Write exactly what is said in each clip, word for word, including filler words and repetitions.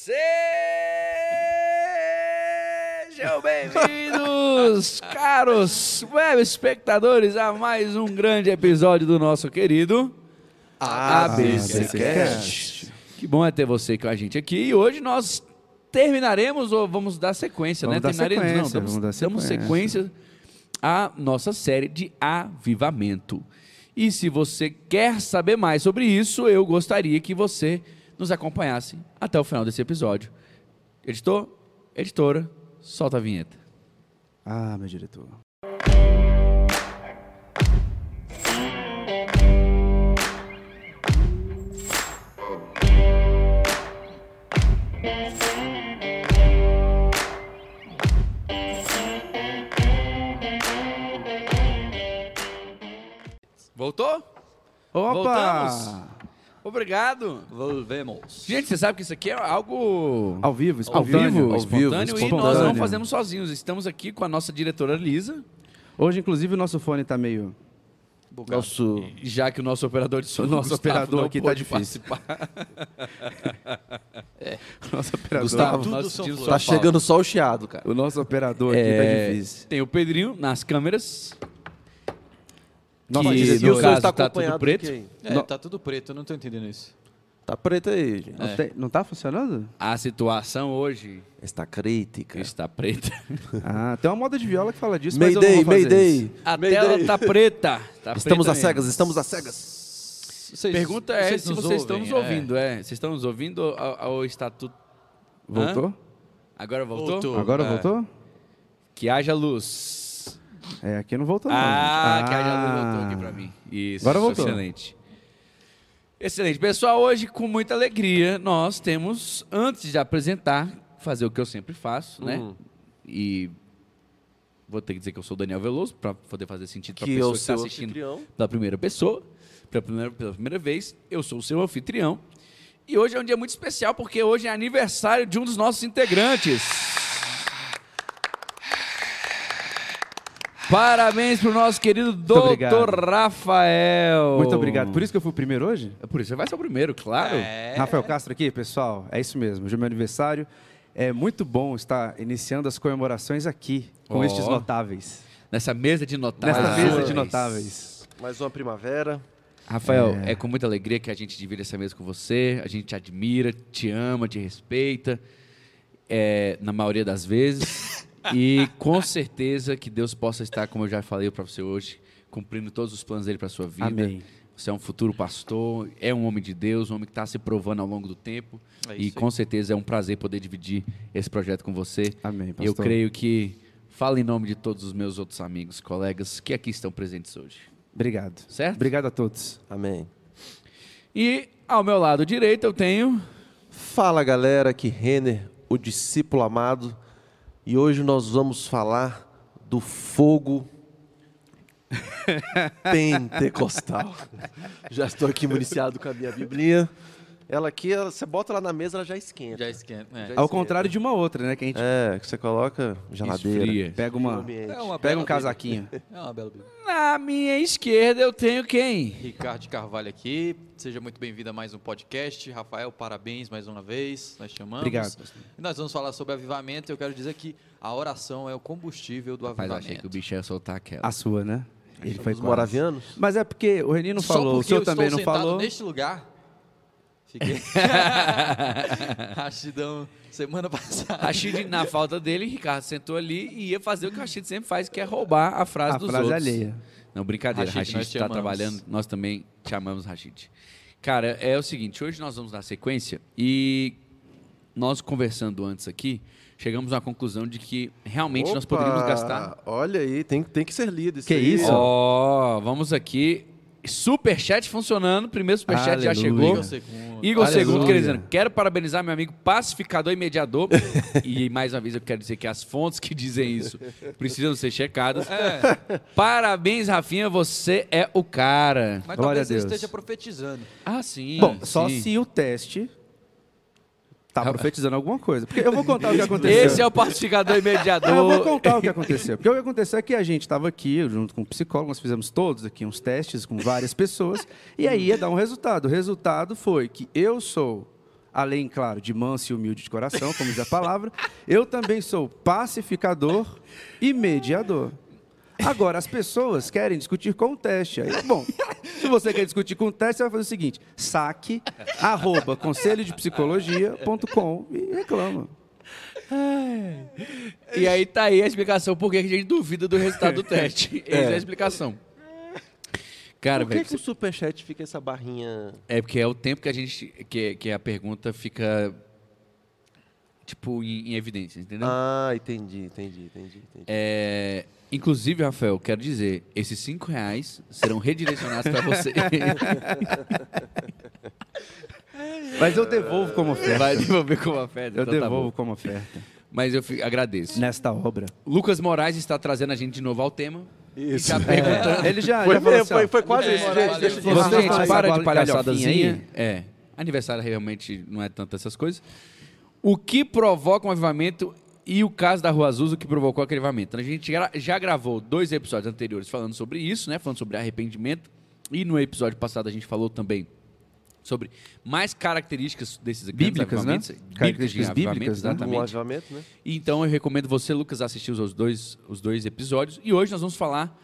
Sejam bem-vindos, caros web espectadores, a mais um grande episódio do nosso querido ABCcast. Que bom é ter você com a gente aqui. E hoje nós terminaremos, ou vamos dar sequência, vamos né? Dar terminaremos, sequência, não, damos, vamos dar damos sequência. sequência à nossa série de avivamento. E se você quer saber mais sobre isso, eu gostaria que você nos acompanhasse até o final desse episódio. Editor, editora, solta a vinheta. Ah, meu diretor. Voltou? Opa! Voltamos? Obrigado. Volvemos. Gente, você sabe que isso aqui é algo Ao vivo, ao espontâneo. vivo, ao espontâneo, vivo, e espontâneo. nós não fazemos sozinhos. Estamos aqui com a nossa diretora Lisa, Hoje, inclusive, o nosso fone tá meio... Nosso... já que o nosso operador de som, O nosso Gustavo, operador não aqui tá pôde difícil. participar. O nosso operador, Gustavo, Nós tudo sentimos tá sua chegando só o chiado, cara. o nosso operador aqui É, tá difícil. tem o Pedrinho nas câmeras, Nossa que diretora. no senhor caso está tá tudo acompanhado preto. de quem? É, Não. tá tudo preto, eu não tô entendendo isso. Tá preto aí, gente. Não, tem- não tá funcionando? A situação hoje Está crítica. está preta. Ah, tem uma moda de viola que fala disso, mas eu não Mayday, vou fazer Mayday. isso. A Mayday. tela tá preta. Tá Estamos preta às mesmo. cegas, estamos às cegas. Vocês, Pergunta é vocês se nos vocês estão ouvem, nos é. ouvindo, é. Vocês estão nos ouvindo ou, ou está tudo... Voltou? Agora voltou? Voltou. Agora É. voltou? Que haja luz. É, aqui não voltou não. Ah, gente. que haja luz Ah. voltou aqui pra mim. Isso, Agora voltou. excelente. Excelente. Pessoal, hoje, com muita alegria, nós temos, antes de apresentar, fazer o que eu sempre faço, né? Hum. E vou ter que dizer que eu sou o Daniel Veloso, para poder fazer sentido para a Que é pessoa o que está seu assistindo anfitrião. pela primeira pessoa, pela primeira, pela primeira vez. Eu sou o seu anfitrião. E hoje é um dia muito especial, porque hoje é aniversário de um dos nossos integrantes. Parabéns pro nosso querido doutor obrigado. Rafael. Muito obrigado. Por isso que eu fui o primeiro hoje? É por isso, você vai ser o primeiro, claro. É. Rafael Castro aqui, pessoal. É isso mesmo. Hoje é meu aniversário. É muito bom estar iniciando as comemorações aqui, com Ó. estes notáveis. Nessa mesa de notáveis. Nesta Ah, mesa pois. de notáveis. Mais uma primavera. Rafael, é. com muita alegria que a gente divide essa mesa com você. A gente te admira, te ama, te respeita, é, na maioria das vezes. E com certeza que Deus possa estar, como eu já falei para você hoje, cumprindo todos os planos dele para sua vida. Amém. Você é um futuro pastor, é um homem de Deus, um homem que está se provando ao longo do tempo. É e isso com aí. certeza é um prazer poder dividir esse projeto com você. Amém, pastor. Eu creio que falo em nome de todos os meus outros amigos, colegas que aqui estão presentes hoje. Obrigado. Certo? Obrigado a todos. Amém. E ao meu lado direito eu tenho... Fala, galera, aqui Renner, o discípulo amado. E hoje nós vamos falar do fogo pentecostal. Já estou aqui municiado com a minha biblinha. Ela aqui, ela- você bota lá na mesa, ela já esquenta. Já esquenta. É. Já Ao esquenta. contrário de uma outra, né? Que a gente É, que você coloca geladeira. Esfria. pega, No uma, ambiente. É uma pega bela um casaquinho. Bíblia. É uma bela Bíblia. Na minha esquerda eu tenho quem? Ricardo de Carvalho aqui. Seja muito bem-vindo a mais um podcast. Rafael, parabéns mais uma vez. Nós te chamamos. Obrigado, pastor. E nós vamos falar sobre avivamento. Eu quero dizer que a oração é o combustível do Mas eu avivamento. achei que o bicho ia soltar aquela. A sua, né? Ele foi Os quase. moravianos? Mas é porque o Reni não Só falou, o porque senhor eu também estou não sentado falou. neste lugar. Fiquei. Rachidão semana passada. Rachid, na falta dele, Ricardo sentou ali e ia fazer o que o Rachid sempre faz, que é roubar a frase A dos frase outros. alheia. Não, brincadeira, Rachid, Rachid nós te está amamos. trabalhando, nós também te amamos, Rachid. Cara, é o seguinte, hoje nós vamos dar sequência e nós conversando antes aqui, chegamos à conclusão de que realmente nós Opa, poderíamos gastar... Olha aí, tem, tem que ser lido isso Que aí. isso? Ó, vamos aqui, superchat funcionando, primeiro superchat já Aleluia. chegou. Igor Segundo. Igor Aleluia. Segundo, quer dizer, quero parabenizar meu amigo pacificador e mediador. E mais uma vez eu quero dizer que as fontes que dizem isso precisam ser checadas. Parabéns, Rafinha, você é o cara. Mas Glória talvez a ele Deus. esteja profetizando. Ah, sim. Bom, só sim. se o teste tá profetizando alguma coisa. Porque eu vou contar o que aconteceu. Esse é o pacificador e mediador. Eu vou contar o que aconteceu. Porque o que aconteceu é que a gente estava aqui, junto com o psicólogo, nós fizemos todos aqui uns testes com várias pessoas, e aí ia dar um resultado. O resultado foi que eu sou além, claro, de manso e humilde de coração, como diz a palavra, eu também sou pacificador e mediador. Agora, as pessoas querem discutir com o teste. Aí, bom, se você quer discutir com o teste, você vai fazer o seguinte, saque, arroba, conselho de psicologia ponto com e reclama. E aí tá aí a explicação por que a gente duvida do resultado do teste. Essa é a explicação. Cara, Por que, velho, que o superchat fica essa barrinha... é porque é o tempo que a gente que, que a pergunta fica tipo em, em evidência, entendeu? Ah, entendi, entendi, entendi. entendi. É, inclusive, Rafael, quero dizer, esses cinco reais serão redirecionados para você. Mas eu devolvo como oferta. Vai devolver como oferta. Eu então tá devolvo bom. como oferta. Mas eu fi- agradeço. Nesta obra. Lucas Moraes está trazendo a gente de novo ao tema. Isso. Já perguntando. Ele já, Foi, já falou foi, assim, ó, foi, foi quase É, isso, valeu, gente. Deixa eu valeu. falar. Vocês Gente, fazem para de essa palhaçadazinha. galhofinha É. Aniversário realmente não é tanto essas coisas. O que provoca um avivamento e o caso da Rua Azul, o que provocou aquele avivamento. A gente gra- já gravou dois episódios anteriores falando sobre isso, né? Falando sobre arrependimento. E no episódio passado a gente falou também sobre mais características desses grandes Bíblicas, né? avivamentos. Características de avivamento, bíblicas, né? Um exatamente. avivamento, né? Então eu recomendo você, Lucas, assistir os dois, os dois episódios. E hoje nós vamos falar.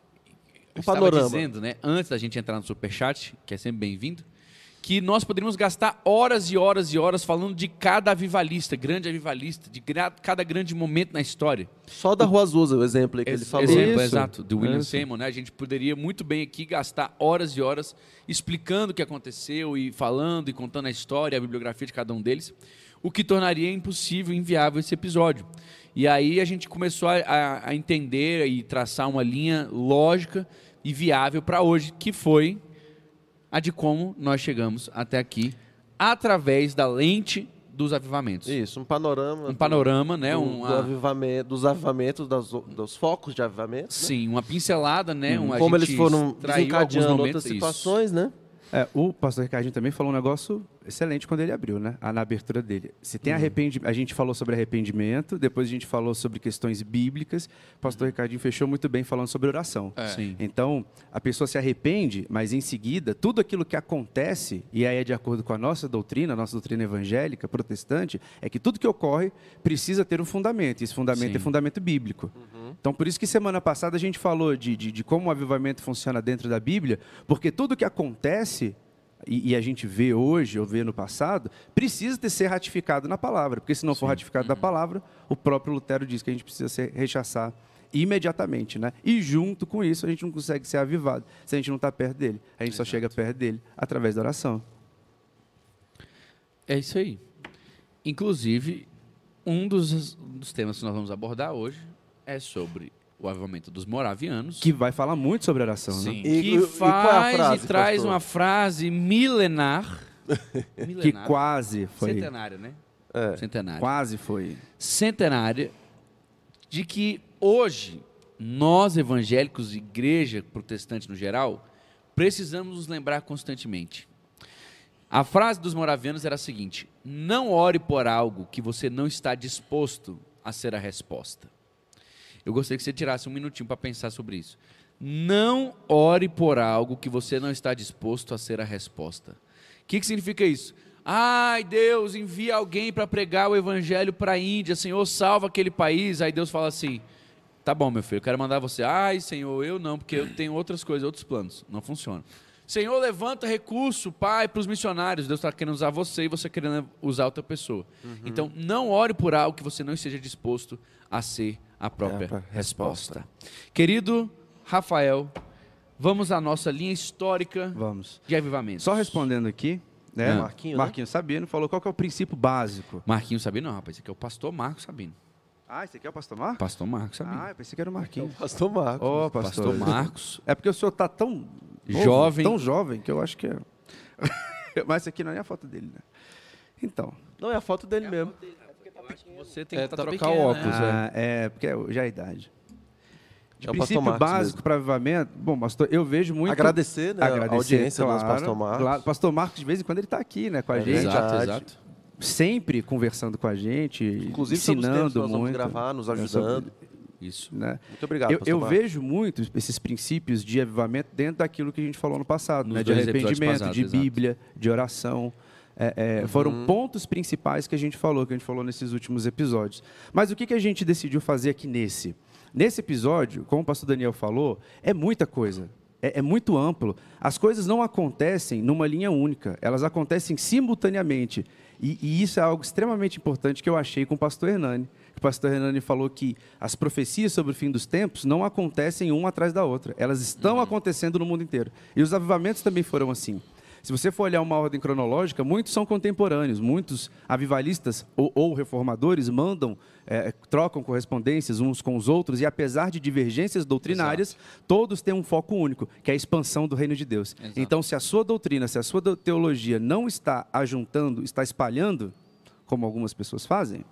Eu Um estava panorama. dizendo, né, antes da gente entrar no Superchat, que é sempre bem-vindo, que nós poderíamos gastar horas e horas e horas falando de cada avivalista, grande avivalista, de gra- cada grande momento na história. Só da Rua Azusa, o exemplo aí que ele Ex- falou. Exemplo, Isso. exato, do William Isso. Seymour, né? A gente poderia muito bem aqui gastar horas e horas explicando o que aconteceu e falando e contando a história, a bibliografia de cada um deles, o que tornaria impossível, inviável esse episódio. E aí a gente começou a, a- a entender e traçar uma linha lógica e viável para hoje, que foi a de como nós chegamos até aqui através da lente dos avivamentos. Isso, um panorama. Um panorama, né? do, uma- do avivamento, dos avivamentos, das- dos focos de avivamento. né? Sim, uma pincelada, né? Um, a Como gente eles foram extraiu alguns desencadeando momentos, outras isso. situações, né? É, o pastor Ricardinho também falou um negócio excelente quando ele abriu, né? Ah, na abertura dele. Se tem arrependimento, a gente falou sobre arrependimento, depois a gente falou sobre questões bíblicas. O pastor Ricardinho fechou muito bem falando sobre oração. É. Sim. Então, a pessoa se arrepende, mas em seguida, tudo aquilo que acontece, e aí é de acordo com a nossa doutrina, a nossa doutrina evangélica, protestante, é que tudo que ocorre precisa ter um fundamento, e esse fundamento Sim. é fundamento bíblico. Então, por isso que semana passada a gente falou de, de, de como o avivamento funciona dentro da Bíblia, porque tudo que acontece, e, e a gente vê hoje, ou vê no passado, precisa ter, ser ratificado na palavra, porque se não for ratificado na palavra, o próprio Lutero diz que a gente precisa ser, rechaçar imediatamente, né? E junto com isso a gente não consegue ser avivado se a gente não está perto dele. A gente só chega perto dele através da oração. É isso aí. Inclusive, um dos, dos temas que nós vamos abordar hoje é sobre o avivamento dos moravianos. Que vai falar muito sobre oração, Sim. né? E- que e- e qual é a faz frase, e traz pastor? uma frase milenar. Que milenar quase foi, centenária, né? É. Centenária. quase foi. Centenária de que hoje nós evangélicos, igreja protestante no geral, precisamos nos lembrar constantemente. A frase dos moravianos era a seguinte: não ore por algo que você não está disposto a ser a resposta. Eu gostaria que você tirasse um minutinho para pensar sobre isso. Não ore por algo que você não está disposto a ser a resposta. O que, que significa isso? Ai, Deus, envia alguém para pregar o evangelho para a Índia. Senhor, salva aquele país. Aí Deus fala assim: tá bom, meu filho, eu quero mandar você. Ai, Senhor, eu não, porque eu tenho outras coisas, outros planos. Não funciona. Senhor, levanta recurso, Pai, para os missionários. Deus está querendo usar você e você querendo usar outra pessoa. Então, não ore por algo que você não esteja disposto a ser a própria É, pra- resposta. Querido Rafael, vamos à nossa linha histórica Vamos. de avivamento. Só respondendo aqui, né? Ah. Marquinho, né? Marquinhos Sabino falou qual que é o princípio básico. Marquinhos Sabino, não, rapaz. Esse aqui é o pastor Marcos Sabino. Ah, esse aqui é o pastor Marcos? Pastor Marcos Sabino. Ah, eu pensei que era o Marquinhos. Pastor Marcos. Ô, pastor. pastor Marcos. É porque o senhor tá tão novo, Jovem. tão jovem, que eu acho que é... Mas isso aqui não é a foto dele, né? Então... Não, é a foto dele mesmo. Você tem É, que tá trocar pequeno, o óculos. né? Ah, é, porque é- já é a idade. De É o princípio pastor Marcos básico mesmo. para avivamento, bom, pastor, eu vejo muito... Agradecer, né, a audiência do nosso pastor Marcos. Claro, pastor Marcos, de vez em quando, ele está aqui, né, com a É gente. Exato, verdade. exato. Sempre conversando com a gente, Inclusive, sobre os temas ensinando que nós vamos muito. gravar, nos né, sobre- ajudando. Isso. né? Muito obrigado, Eu, pastor eu Marcos. vejo muito esses princípios de avivamento dentro daquilo que a gente falou no passado, Nos né? De dois episódios arrependimento, passados, de exato. Bíblia, de oração, É, é, uhum. Foram pontos principais que a gente falou, que a gente falou nesses últimos episódios. Mas o que, que a gente decidiu fazer aqui nesse? Nesse episódio, como o pastor Daniel falou, é muita coisa, é, é muito amplo. As coisas não acontecem numa linha única, elas acontecem simultaneamente. E, e isso é algo extremamente importante que eu achei com o pastor Hernani. O pastor Hernani falou que as profecias sobre o fim dos tempos não acontecem uma atrás da outra, elas estão uhum. acontecendo no mundo inteiro. E os avivamentos também foram assim. Se você for olhar uma ordem cronológica, muitos são contemporâneos, muitos avivalistas ou, ou reformadores mandam, é, trocam correspondências uns com os outros, e apesar de divergências doutrinárias, Exato. Todos têm um foco único, que é a expansão do reino de Deus. Exato. Então, se a sua doutrina, se a sua teologia não está ajuntando, está espalhando, como algumas pessoas fazem,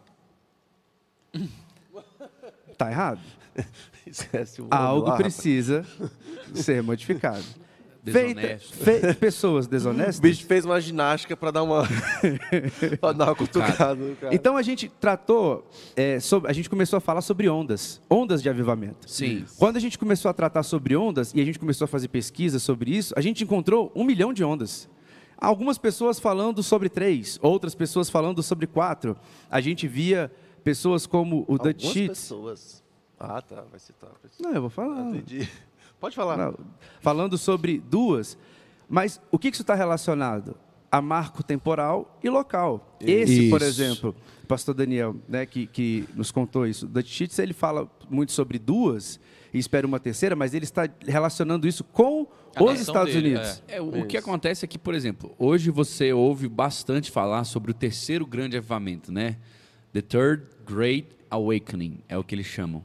está errado. Esquece o Algo lá, precisa ser modificado. Feita, fe, pessoas desonestas. O bicho fez uma ginástica para dar uma para dar uma cutucada. Então a gente tratou, é, sobre, a gente começou a falar sobre ondas, ondas de avivamento. Sim. Quando a gente começou a tratar sobre ondas e a gente começou a fazer pesquisa sobre isso, a gente encontrou um milhão de ondas. Algumas pessoas falando sobre três, outras pessoas falando sobre quatro. A gente via pessoas como o Dutch Sheets. pessoas. Ah, tá, vai citar. Não, eu vou falar. Entendi. Pode falar. Não, falando sobre duas, mas o que isso está relacionado? A marco temporal e local. Esse, isso. por exemplo, o pastor Daniel, né, que, que nos contou isso, Dutch Sheets, ele fala muito sobre duas e espera uma terceira, mas ele está relacionando isso com os Estados dele, Unidos. É. É, o, o que acontece é que, por exemplo, hoje você ouve bastante falar sobre o terceiro grande avivamento, né? The Third Great Awakening, é o que eles chamam.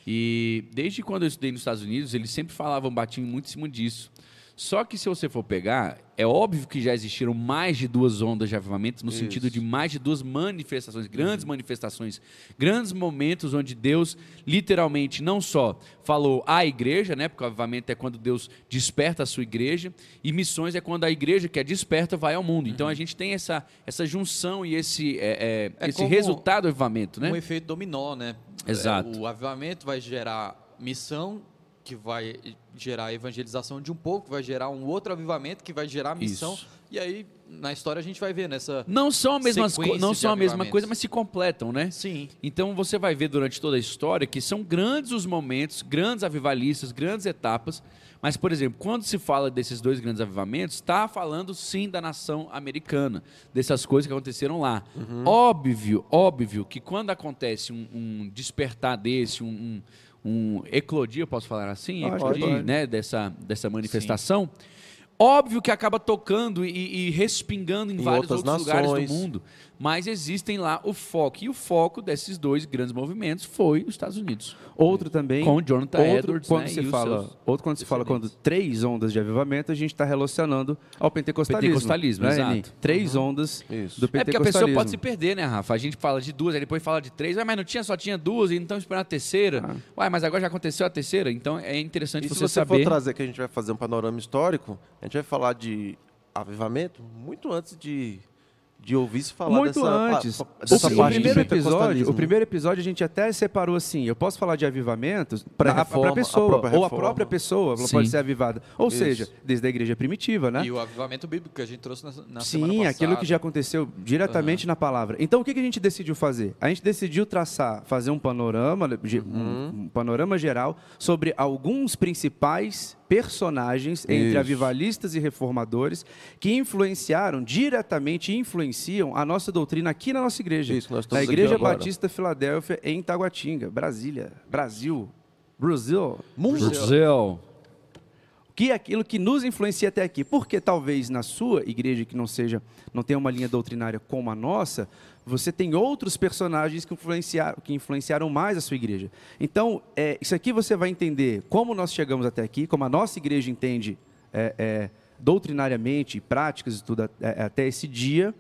E desde quando eu estudei nos Estados Unidos, eles sempre falavam, batiam muito em cima disso. Só que se você for pegar, é óbvio que já existiram mais de duas ondas de avivamento, no Isso. sentido de mais de duas manifestações, grandes uhum. manifestações, grandes momentos onde Deus literalmente não só falou à igreja, né, porque o avivamento é quando Deus desperta a sua igreja, e missões é quando a igreja que é desperta vai ao mundo. Uhum. Então a gente tem essa, essa junção e esse, é, é, é esse resultado do avivamento, né? Um efeito dominó, né? Exato. É, o avivamento vai gerar missão, que vai gerar a evangelização de um povo, que vai gerar um outro avivamento, que vai gerar missão. Isso. E aí, na história, a gente vai ver nessa Não são a mesma, não são a mesma coisa, mas se completam, né? Sim. Então, você vai ver durante toda a história que são grandes os momentos, grandes avivalistas, grandes etapas. Mas, por exemplo, quando se fala desses dois grandes avivamentos, está falando, sim, da nação americana, dessas coisas que aconteceram lá. Uhum. Óbvio, óbvio que quando acontece um, um despertar desse, um... um um eclodir, eu posso falar assim, pode, eclodir, pode. né, dessa, dessa manifestação, Sim. óbvio que acaba tocando e, e respingando em, em vários outros nações. lugares do mundo, mas existem lá o foco, e o foco desses dois grandes movimentos foi os Estados Unidos. Outro também, com Jonathan outro, Edwards, quando né, se e fala, outro quando se fala quando três ondas de avivamento, a gente está relacionando ao pentecostalismo. Pentecostalismo, né, exato. Eni? Três uhum. ondas Isso. do pentecostalismo. É porque a pessoa pode se perder, né, Rafa? A gente fala de duas, aí depois fala de três, mas não tinha, só tinha duas, e então esperando a terceira. Ah. Uai, mas agora já aconteceu a terceira, então é interessante e você saber. Se você saber... for trazer que a gente vai fazer um panorama histórico, a gente vai falar de avivamento muito antes de... de ouvir se falar muito dessa, antes. A, dessa o, parte o primeiro episódio, o primeiro episódio a gente até separou assim. Eu posso falar de avivamentos para a pessoa a ou a própria pessoa Sim. pode ser avivada. Ou Isso. seja, desde a igreja primitiva, né? E o avivamento bíblico que a gente trouxe na, na Sim, semana passada. aquilo que já aconteceu diretamente uhum. na palavra. Então o que a gente decidiu fazer? A gente decidiu traçar, fazer um panorama, uhum. um, um panorama geral sobre alguns principais personagens entre Isso. avivalistas e reformadores que influenciaram diretamente e influenciam a nossa doutrina aqui na nossa igreja. Isso, nós na Igreja Batista Filadélfia, em Taguatinga, Brasília, Brasil, Brasil, Brasil. Que é aquilo que nos influencia até aqui. Porque talvez na sua igreja, que não seja, não tenha uma linha doutrinária como a nossa, você tem outros personagens que influenciaram, que influenciaram mais a sua igreja. Então, é, isso aqui você vai entender como nós chegamos até aqui, como a nossa igreja entende é, é, doutrinariamente, práticas e tudo é, até esse dia.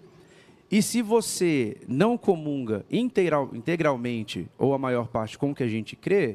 E se você não comunga integral, integralmente, ou a maior parte, com o que a gente crê,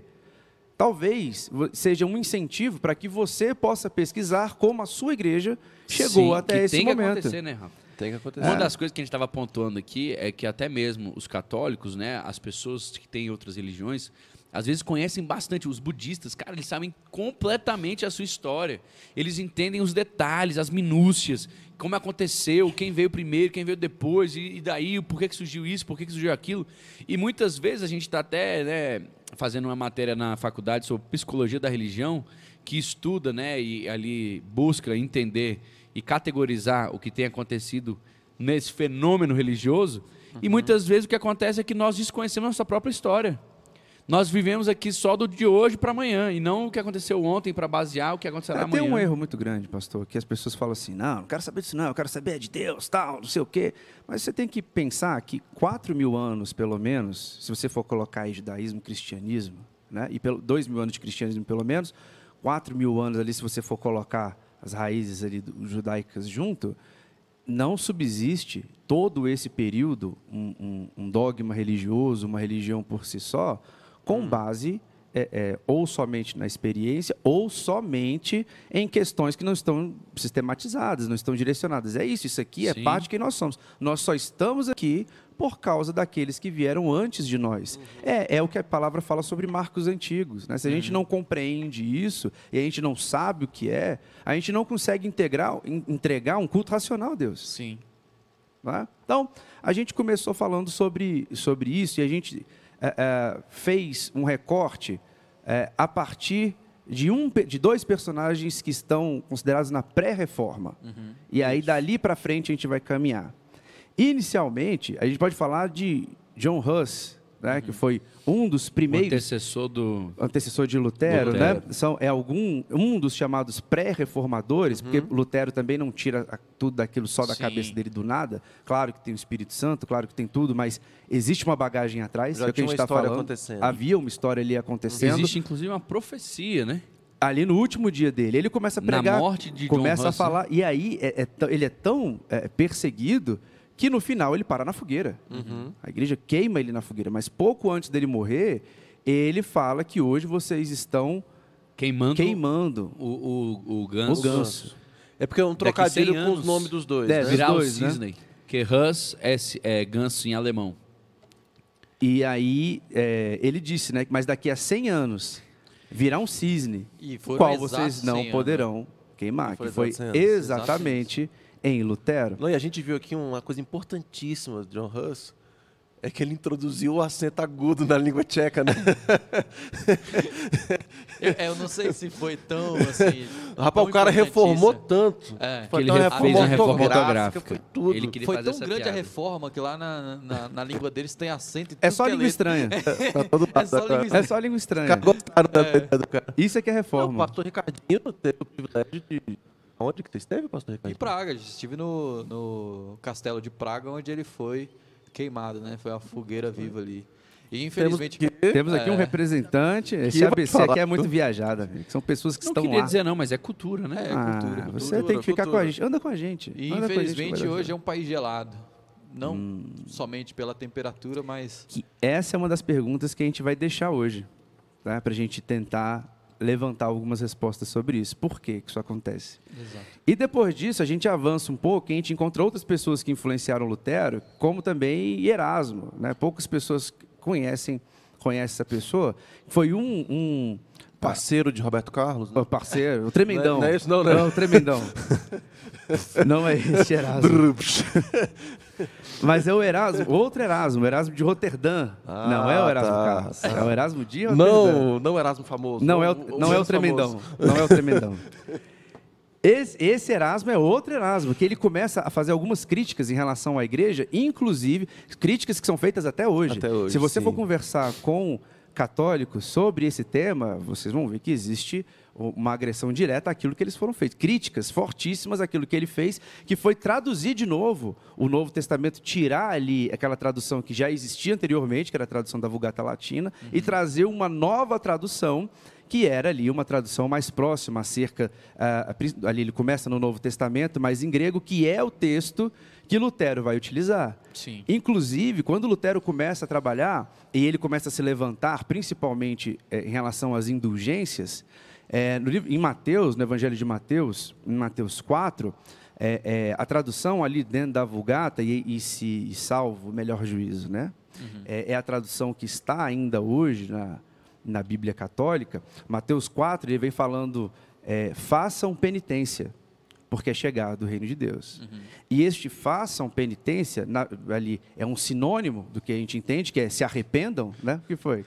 talvez seja um incentivo para que você possa pesquisar como a sua igreja chegou Sim, até que esse tem momento. Que acontecer, né, Rafa? Tem que acontecer. Uma das coisas que a gente estava pontuando aqui é que até mesmo os católicos, né, as pessoas que têm outras religiões, às vezes conhecem bastante. Os budistas, cara, eles sabem completamente a sua história. Eles entendem os detalhes, as minúcias. como aconteceu, quem veio primeiro, quem veio depois, e, e daí, por que, que surgiu isso, por que, que surgiu aquilo. E muitas vezes a gente está até, né, fazendo uma matéria na faculdade sobre psicologia da religião, que estuda, né, e ali busca entender e categorizar o que tem acontecido nesse fenômeno religioso. Uhum. E muitas vezes o que acontece é que nós desconhecemos a nossa própria história. Nós vivemos aqui só do de hoje para amanhã, e não o que aconteceu ontem para basear o que acontecerá é, amanhã. Tem um erro muito grande, pastor, que as pessoas falam assim, não, não quero saber disso não, eu quero saber de Deus, tal, não sei o quê. Mas você tem que pensar que quatro mil anos, pelo menos, se você for colocar aí judaísmo, cristianismo, né, e pelo, dois mil anos de cristianismo, pelo menos, quatro mil anos ali, se você for colocar as raízes ali do, judaicas junto, não subsiste todo esse período, um, um, um dogma religioso, uma religião por si só, com base é, é, ou somente na experiência ou somente em questões que não estão sistematizadas, não estão direcionadas. É isso, isso aqui é Sim. parte de quem nós somos. Nós só estamos aqui por causa daqueles que vieram antes de nós. Uhum. É, é o que a palavra fala sobre marcos antigos. Né? Se a gente não compreende isso e a gente não sabe o que é, a gente não consegue integrar, entregar um culto racional a Deus. Sim. Né? Então, a gente começou falando sobre, sobre isso e a gente... É, é, fez um recorte é, a partir de, um, de dois personagens que estão considerados na pré-reforma. Uhum. E aí, dali para frente, a gente vai caminhar. Inicialmente, a gente pode falar de John Huss, né, uhum. que foi um dos primeiros... O antecessor do... Antecessor de Lutero, Lutero. Né? São, é algum, um dos chamados pré-reformadores, uhum. porque Lutero também não tira tudo daquilo só da Sim. cabeça dele do nada. Claro que tem o Espírito Santo, claro que tem tudo, mas existe uma bagagem atrás. Já é o que tinha a gente uma está história falando. acontecendo. Havia uma história ali acontecendo. Existe, inclusive, uma profecia, né? Ali no último dia dele, ele começa a pregar, Na morte de começa John a Huss, falar, né? e aí é, é, ele é tão é, perseguido que no final ele para na fogueira. Uhum. A igreja queima ele na fogueira, mas pouco antes dele morrer, ele fala que hoje vocês estão queimando, queimando o, o, o, ganso. o ganso. É porque é um trocadilho com os nomes dos dois. É, né? Virar dois, o cisne, né? Que Huss é, é ganso em alemão. E aí é, ele disse, né, mas daqui a cem anos virá um cisne, o qual vocês não poderão anos. queimar, que foi exatamente, exatamente em Lutero. Não, e a gente viu aqui uma coisa importantíssima de John Huss, é que ele introduziu o acento agudo na língua tcheca, né? eu, eu não sei se foi tão assim... Rapaz, o cara reformou tanto. É, foi que ele reforma fez uma reforma ortográfica. Foi tudo. Ele queria foi fazer tão essa grande piada. a reforma que lá na, na, na língua deles tem acento e tudo É só que língua é estranha. Tá todo é só língua estranha. É só língua estranha. Gostaram da ideia do cara. Isso é que é Não, reforma. o pastor Ricardinho teve o privilégio de... Onde que você esteve, pastor Em Ricardinho? Praga, estive no, no castelo de Praga, onde ele foi queimado, né? Foi uma fogueira viva ali. E infelizmente... Temos aqui, Temos aqui é, um representante. Esse eu A vou B C falar. aqui é muito viajada, amigo. São pessoas que Não estão queria lá. dizer não, mas é cultura, né? É, Ah, cultura, você cultura, tem que ficar cultura. com a gente. Anda com a gente. E Anda com a gente infelizmente que vai hoje dar é um país gelado. Não hum. somente pela temperatura, mas... que essa é uma das perguntas que a gente vai deixar hoje, tá? Para a gente tentar levantar algumas respostas sobre isso. Por que que isso acontece? Exato. E depois disso, a gente avança um pouco e a gente encontra outras pessoas que influenciaram Lutero, como também Erasmo. Né? Poucas pessoas conhecem, conhecem essa pessoa. Foi um... um Parceiro de Roberto Carlos. Né? o parceiro, o tremendão. Não é, não é isso não, né? Não, o tremendão. Não é esse Erasmo. Mas é o Erasmo, outro Erasmo, o Erasmo de Roterdã. Ah, não é o Erasmo tá. Carlos, é o Erasmo de Roterdã. Não, não Erasmo famoso. Não é o, o, não é o tremendão. Não é o tremendão. Esse, esse Erasmo é outro Erasmo, que ele começa a fazer algumas críticas em relação à igreja, inclusive críticas que são feitas até hoje. Até hoje, Se você sim. for conversar com católicos sobre esse tema, vocês vão ver que existe uma agressão direta àquilo que eles foram feitos. Críticas fortíssimas àquilo que ele fez, que foi traduzir de novo o Novo Testamento, tirar ali aquela tradução que já existia anteriormente, que era a tradução da Vulgata Latina, uhum. e trazer uma nova tradução, que era ali uma tradução mais próxima acerca, uh, ali ele começa no Novo Testamento, mas em grego, que é o texto que Lutero vai utilizar. Sim. Inclusive, quando Lutero começa a trabalhar, e ele começa a se levantar, principalmente eh, em relação às indulgências, eh, no livro, em Mateus, no Evangelho de Mateus, em Mateus quatro, eh, eh, a tradução ali dentro da Vulgata, e, e se e salvo o melhor juízo, né? Uhum. É, é a tradução que está ainda hoje na, na Bíblia Católica. Mateus quatro, ele vem falando, eh, façam penitência, porque é chegado o reino de Deus. Uhum. E este façam penitência, na, ali, é um sinônimo do que a gente entende, que é se arrependam, né? O que foi?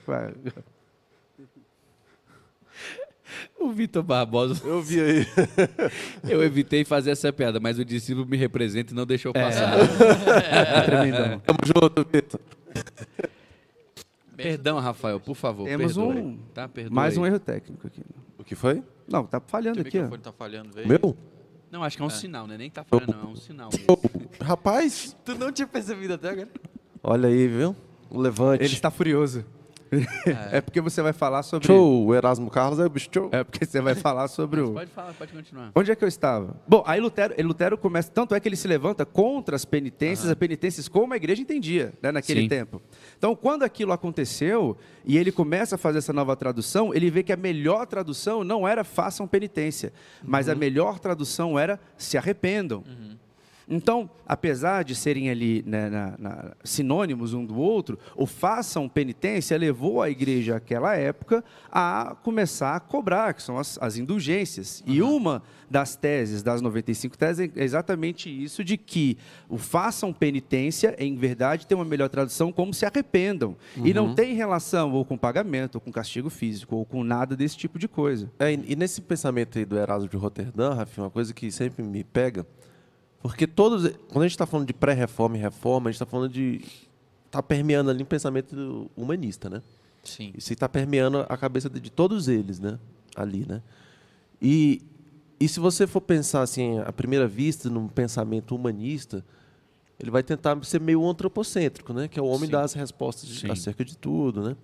O Vitor Barbosa. Eu vi aí. Eu evitei fazer essa piada, mas o discípulo me representa e não deixou passar. É, é tremendão. Tamo junto, Vitor. Perdão, Rafael, por favor. Temos perdoe, um, tá? Perdoe. mais um erro técnico aqui. O que foi? Não, tá falhando O aqui. Ó. microfone tá falhando, velho. Meu? Não, acho que é um é. sinal, né? Nem tá falando, não. É um sinal mesmo. Oh, rapaz. Tu não tinha percebido até agora? Olha aí, viu? O levante. Ele está furioso. É. é porque você vai falar sobre... Show, o Erasmo Carlos é o bicho show. É porque você vai falar sobre o... Pode falar, pode continuar. Onde é que eu estava? Bom, aí Lutero, Lutero começa... Tanto é que ele se levanta contra as penitências, uhum. as penitências como a igreja entendia, né, naquele Sim. tempo. Então, quando aquilo aconteceu, e ele começa a fazer essa nova tradução, ele vê que a melhor tradução não era façam penitência, mas uhum. a melhor tradução era se arrependam. Uhum. Então, apesar de serem ali né, na, na, sinônimos um do outro, o façam penitência levou a igreja naquela época a começar a cobrar, que são as, as indulgências. Uhum. E uma das teses, das noventa e cinco teses, é exatamente isso, de que o façam penitência, em verdade, tem uma melhor tradução como se arrependam. Uhum. E não tem relação ou com pagamento, ou com castigo físico, ou com nada desse tipo de coisa. É, e nesse pensamento aí do Erasmo de Roterdã, Rafinha, uma coisa que sempre me pega... Porque todos, quando a gente está falando de pré-reforma e reforma, a gente está falando de... Está permeando ali um pensamento humanista, né? Sim. Isso está permeando a cabeça de, de todos eles, né? Ali, né? E, e se você for pensar, assim, à primeira vista, num pensamento humanista, ele vai tentar ser meio antropocêntrico, né? Que é o homem Sim. dar as respostas Sim. acerca de tudo, né?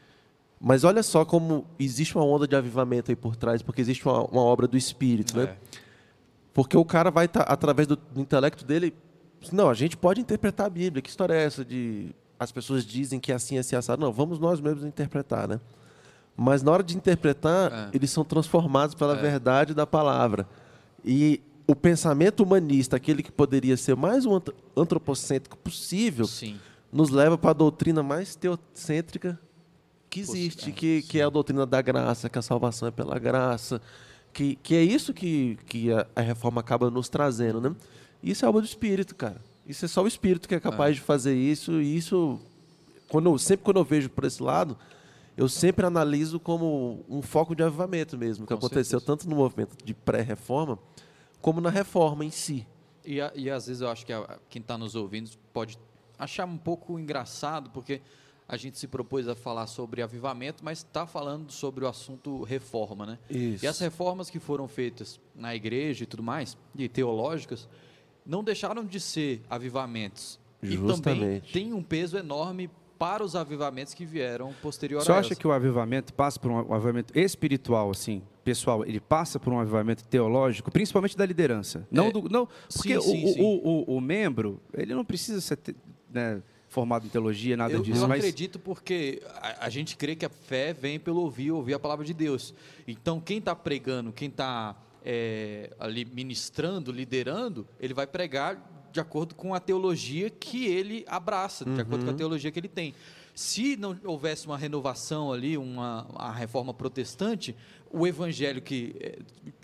Mas olha só como existe uma onda de avivamento aí por trás, porque existe uma, uma obra do Espírito, é. né? Porque o cara vai, tá, através do, do intelecto dele... Não, a gente pode interpretar a Bíblia. Que história é essa de... As pessoas dizem que é assim, assim, assado. Não, vamos nós mesmos interpretar, né? Mas na hora de interpretar, é. eles são transformados pela é. verdade da palavra. E o pensamento humanista, aquele que poderia ser mais um antropocêntrico possível, Sim. nos leva para a doutrina mais teocêntrica que existe, que, que é a doutrina da graça, que a salvação é pela graça... Que, que é isso que, que a, a reforma acaba nos trazendo, né? Isso é obra do Espírito, cara. Isso é só o Espírito que é capaz é. de fazer isso. E isso, quando eu, sempre quando eu vejo por esse lado, eu sempre analiso como um foco de avivamento mesmo, que Com aconteceu certeza. tanto no movimento de pré-reforma, como na reforma em si. E, a, e às vezes eu acho que a, quem está nos ouvindo pode achar um pouco engraçado, porque... A gente se propôs a falar sobre avivamento, mas está falando sobre o assunto reforma, né? Isso. E as reformas que foram feitas na igreja e tudo mais, e teológicas, não deixaram de ser avivamentos. Justamente. E também tem um peso enorme para os avivamentos que vieram posterior Você a acha que o avivamento passa por um avivamento espiritual, assim, pessoal? Ele passa por um avivamento teológico, principalmente da liderança? Não é, do, não, porque sim, sim, o, sim. O, o, o membro, ele não precisa ser... Né, formado em teologia, nada eu, disso. Eu mas... acredito porque a, a gente crê que a fé vem pelo ouvir, ouvir a palavra de Deus. Então, quem está pregando, quem está é, ali ministrando, liderando, ele vai pregar de acordo com a teologia que ele abraça, uhum. de acordo com a teologia que ele tem. Se não houvesse uma renovação ali, uma, uma reforma protestante, o evangelho que é,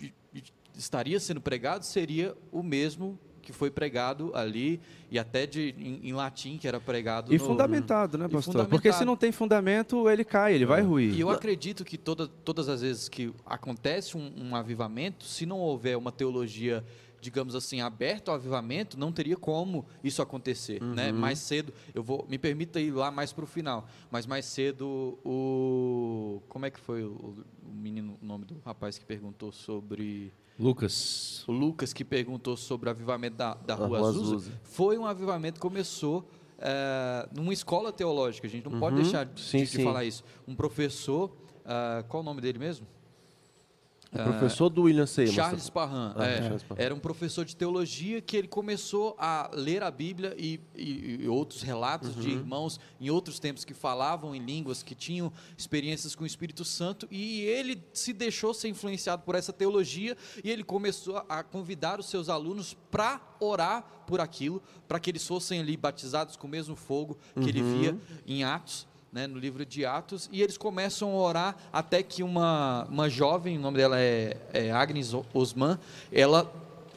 estaria sendo pregado seria o mesmo que foi pregado ali, e até de, em, em latim, que era pregado... E no, fundamentado, né, pastor? Fundamentado. Porque se não tem fundamento, ele cai, ele é. vai ruir. E eu acredito que toda, todas as vezes que acontece um, um avivamento, se não houver uma teologia, digamos assim, aberta ao avivamento, não teria como isso acontecer. Uhum. Né? Mais cedo, eu vou, me permita ir lá mais para o final, mas mais cedo o... Como é que foi o, o menino, o nome do rapaz que perguntou sobre... Lucas. O Lucas, que perguntou sobre o avivamento da, da Rua, Rua Azusa, Azusa, foi um avivamento que começou é, numa escola teológica. A gente não uhum, pode deixar de, sim, de sim. falar isso. Um professor, uh, qual o nome dele mesmo? O professor do William Seymour. Charles Parham. Ah, é, Charles Parham. Era um professor de teologia que ele começou a ler a Bíblia e, e, e outros relatos uhum. de irmãos em outros tempos que falavam em línguas, que tinham experiências com o Espírito Santo, e ele se deixou ser influenciado por essa teologia, e ele começou a convidar os seus alunos para orar por aquilo, para que eles fossem ali batizados com o mesmo fogo que uhum. ele via em Atos. Né, no livro de Atos, e eles começam a orar até que uma, uma jovem, o nome dela é, é Agnes Osman, ela